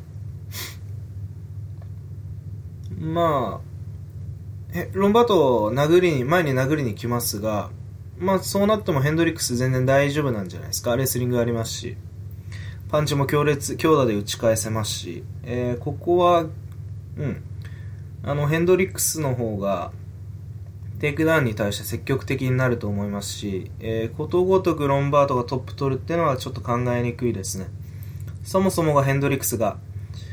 まあロンバート殴りに前に殴りに来ますが、まあそうなってもヘンドリックス全然大丈夫なんじゃないですか。レスリングありますし、パンチも強烈強打で打ち返せますし、えー、ここはうんあのヘンドリックスの方がテイクダウンに対して積極的になると思いますし、えー、ことごとくロンバートがトップ取るっていうのはちょっと考えにくいですね。そもそもがヘンドリックスが、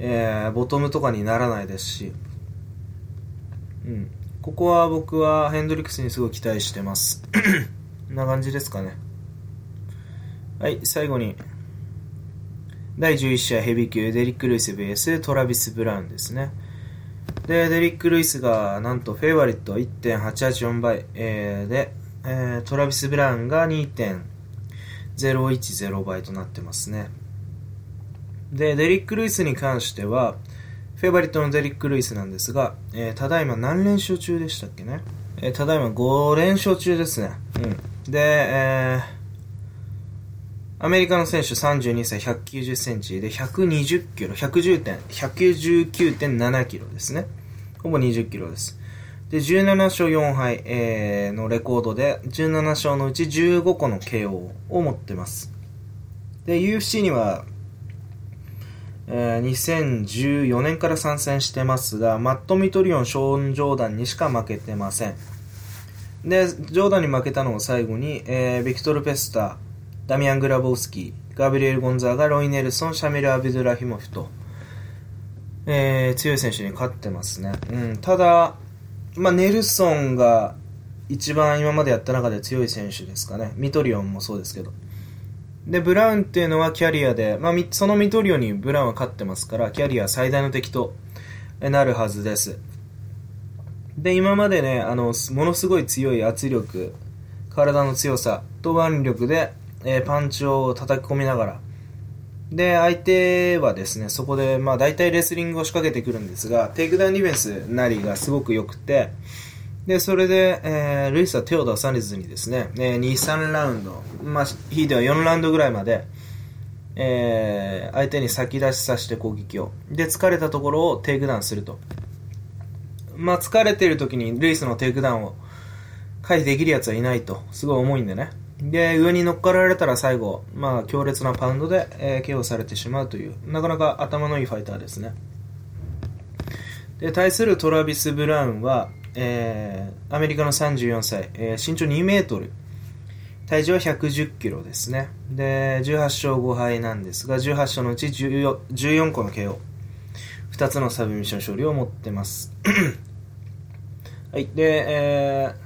えー、ボトムとかにならないですし、うん、ここは僕はヘンドリックスにすごい期待してますこんな感じですかね。はい、最後にだいじゅういち試合ヘビー級デリック・ルイス ブイエス トラビス・ブラウンですね。でデリック・ルイスがなんとフェイバリット いってんはちはちよん 倍、えー、で、えー、トラビス・ブラウンが にてんゼロいちゼロ 倍となってますね。でデリック・ルイスに関してはフェイバリットのデリック・ルイスなんですが、えー、ただいま何連勝中でしたっけね、えー、ただいまご連勝中ですね。うん、で、えーアメリカの選手さんじゅうにさいひゃくきゅうじゅっセンチでひゃくにじゅっキロ、ひゃくじゅうてん、ひゃくじゅうきゅうてんななキロですね。ほぼにじゅっキロです。で、じゅうなな勝よん敗、えー、のレコードでじゅうなな勝のうちじゅうご個の ケーオー を持ってます。で、ユーエフシー には、えー、にせんじゅうよねんから参戦してますが、マット・ミトリオン、ショーン・ジョーダンにしか負けてません。で、ジョーダンに負けたのを最後に、えー、ビクトル・ペスター、ダミアン・グラボウスキー、ガブリエル・ゴンザーガ、ロイ・ネルソン、シャミル・アビドゥラヒモフと、えー、強い選手に勝ってますね。うん、ただ、まあ、ネルソンが一番今までやった中で強い選手ですかね。ミトリオンもそうですけど。で、ブラウンっていうのはキャリアで、まあ、そのミトリオンにブラウンは勝ってますから、キャリア最大の敵となるはずです。で、今までね、あの、ものすごい強い圧力、体の強さと腕力で、えー、パンチを叩き込みながら、で相手はですねそこでまあ大体レスリングを仕掛けてくるんですが、テイクダウンディフェンスなりがすごく良くて、でそれで、えー、ルイスは手を出されずにですね、えー、にさんラウンド、まあひいてはよんラウンドぐらいまで、えー、相手に先出しさせて攻撃をで疲れたところをテイクダウンすると。まあ疲れている時にルイスのテイクダウンを回避できるやつはいないと、すごい重いんでね。で上に乗っかられたら最後、まあ、強烈なパウンドで、えー、ケーオー されてしまうというなかなか頭のいいファイターですね。で対するトラビス・ブラウンは、えー、アメリカのさんじゅうよんさい、えー、身長にメートル、体重はひゃくじゅっキロですね。でじゅうはち勝ご敗なんですが、じゅうはち勝のうちじゅうよん、じゅうよん個の ケーオー、ふたつのサブミッション勝利を持ってますはいで、えー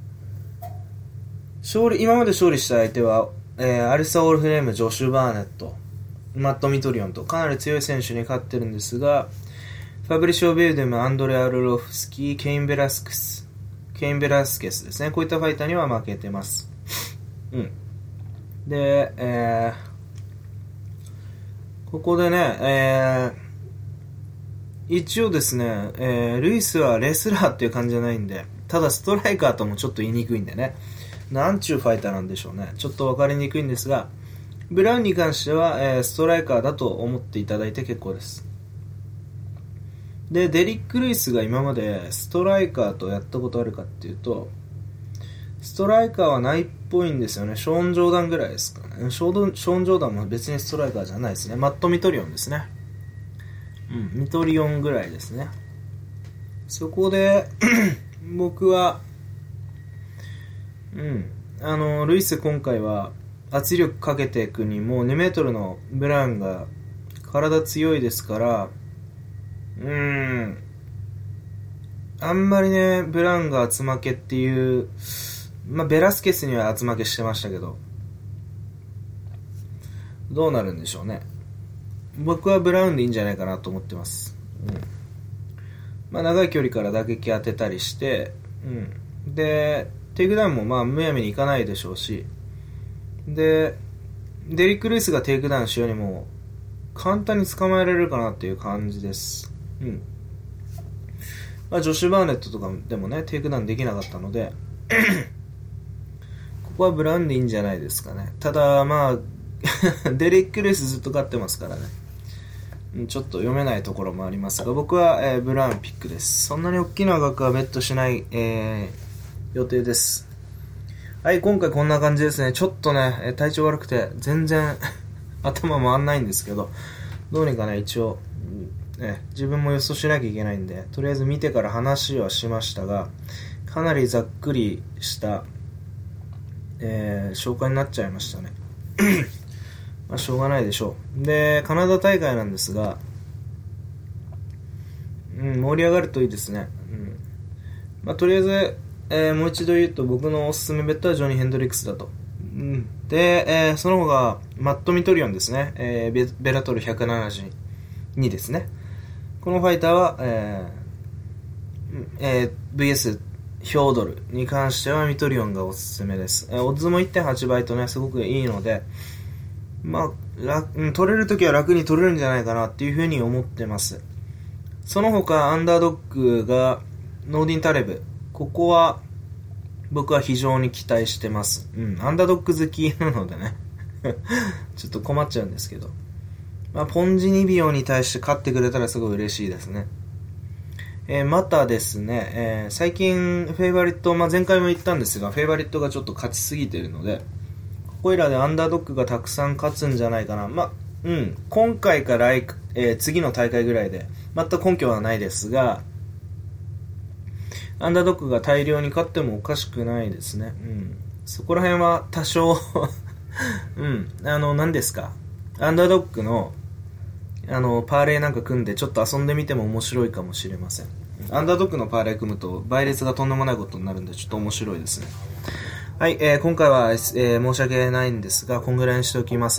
勝利今まで勝利した相手は、えー、アリサ・オールフレーム、ジョシュ・バーネット、マット・ミトリオンとかなり強い選手に勝ってるんですが、ファブリシオ・ベルデム、アンドレ・アルロフスキー、ケイン・ベラスクスケイン・ベラスケスですね、こういったファイターには負けてますうんで、えー、ここでね、えー、一応ですね、えー、ルイスはレスラーっていう感じじゃないんで、ただストライカーともちょっと言いにくいんでね、なんちゅうファイターなんでしょうね。ちょっと分かりにくいんですが、ブラウンに関しては、えー、ストライカーだと思っていただいて結構です。で、デリック・ルイスが今までストライカーとやったことあるかっていうと、ストライカーはないっぽいんですよね。ショーン・ジョーダンぐらいですかね。ショーン・ショーン・ジョーダンも別にストライカーじゃないですね。マット・ミトリオンですね。うん、ミトリオンぐらいですね。そこで僕はうん、あのルイス今回は圧力かけていくにもにメートルのブラウンが体強いですから、うーんあんまりねブラウンが厚負けっていう、まあ、ベラスケスには厚負けしてましたけど、どうなるんでしょうね。僕はブラウンでいいんじゃないかなと思ってます、うんまあ、長い距離から打撃当てたりして、うん、でテイクダウンもまあむやみにいかないでしょうし、でデリック・ルイスがテイクダウンしようにも簡単に捕まえられるかなっていう感じです、うんまあ、ジョシュ・バーネットとかでもねテイクダウンできなかったのでここはブラウンでいいんじゃないですかね。ただまあデリック・ルイスずっと勝ってますからね、ちょっと読めないところもありますが、僕は、えー、ブラウンピックです。そんなに大きな額はベットしない、えー予定です。はい、今回こんな感じですね。ちょっとね体調悪くて全然頭回んないんですけど、どうにかね一応、ね、自分も予想しなきゃいけないんでとりあえず見てから話はしましたが、かなりざっくりした、えー、紹介になっちゃいましたねまあしょうがないでしょう。でカナダ大会なんですが、 うん、盛り上がるといいですね。うん、まあ、とりあえず、えー、もう一度言うと僕のおすすめベッドはジョニー・ヘンドリックスだと。うん、で、えー、その他がマット・ミトリオンですね、えー、ベ, ベラトルひゃくななじゅうにですね。このファイターは、えーえー、ブイエス ヒョードルに関してはミトリオンがおすすめです。えー、オッズも いってんはち 倍とねすごくいいので、まあ楽、取れるときは楽に取れるんじゃないかなっていうふうに思ってます。その他アンダードッグがノーディン・タレブ、ここは僕は非常に期待してます。うん、アンダードッグ好きなのでねちょっと困っちゃうんですけど、まあ、ポンジニビオに対して勝ってくれたらすごい嬉しいですね。えー、またですね、えー、最近フェイバリット、まあ、前回も言ったんですがフェイバリットがちょっと勝ちすぎているので、ここいらでアンダードッグがたくさん勝つんじゃないかな。まあうん、今回か来、えー、次の大会ぐらいで全く根拠はないですが、アンダードッグが大量に勝ってもおかしくないですね。うん、そこら辺は多少うん、あの何ですか、アンダードッグのあのパーレーなんか組んでちょっと遊んでみても面白いかもしれません。アンダードッグのパーレー組むと倍率がとんでもないことになるんでちょっと面白いですね。はい、えー、今回は、えー、申し訳ないんですがこんぐらいにしておきます。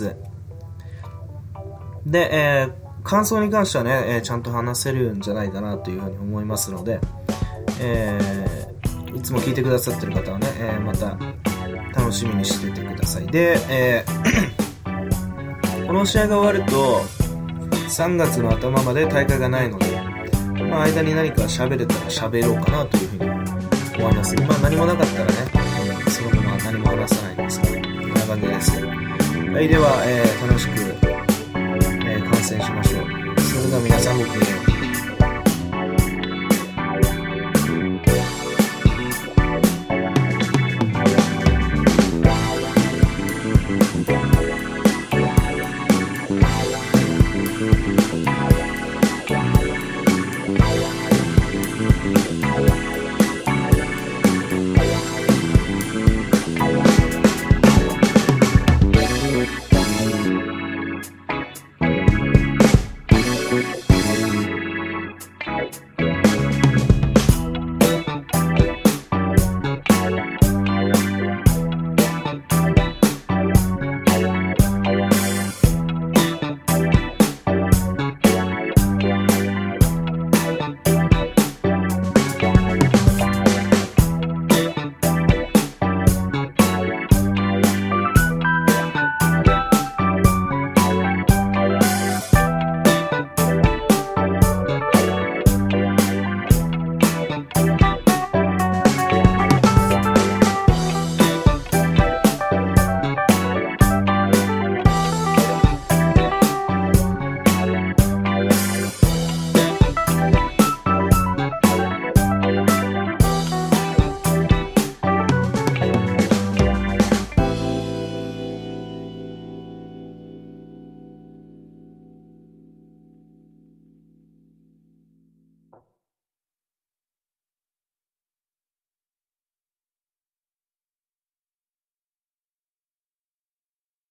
で、えー、感想に関してはね、えー、ちゃんと話せるんじゃないかなというふうに思いますので、えー、いつも聞いてくださってる方はね、えー、また楽しみにしててください。で、えー、この試合が終わるとさんがつの頭まで大会がないので、まあ、間に何か喋れたら喋ろうかなというふうに思います。まあ、何もなかったらね、そのまま何も話さないんですけど、こんな感じです。はい、では、えー、楽しく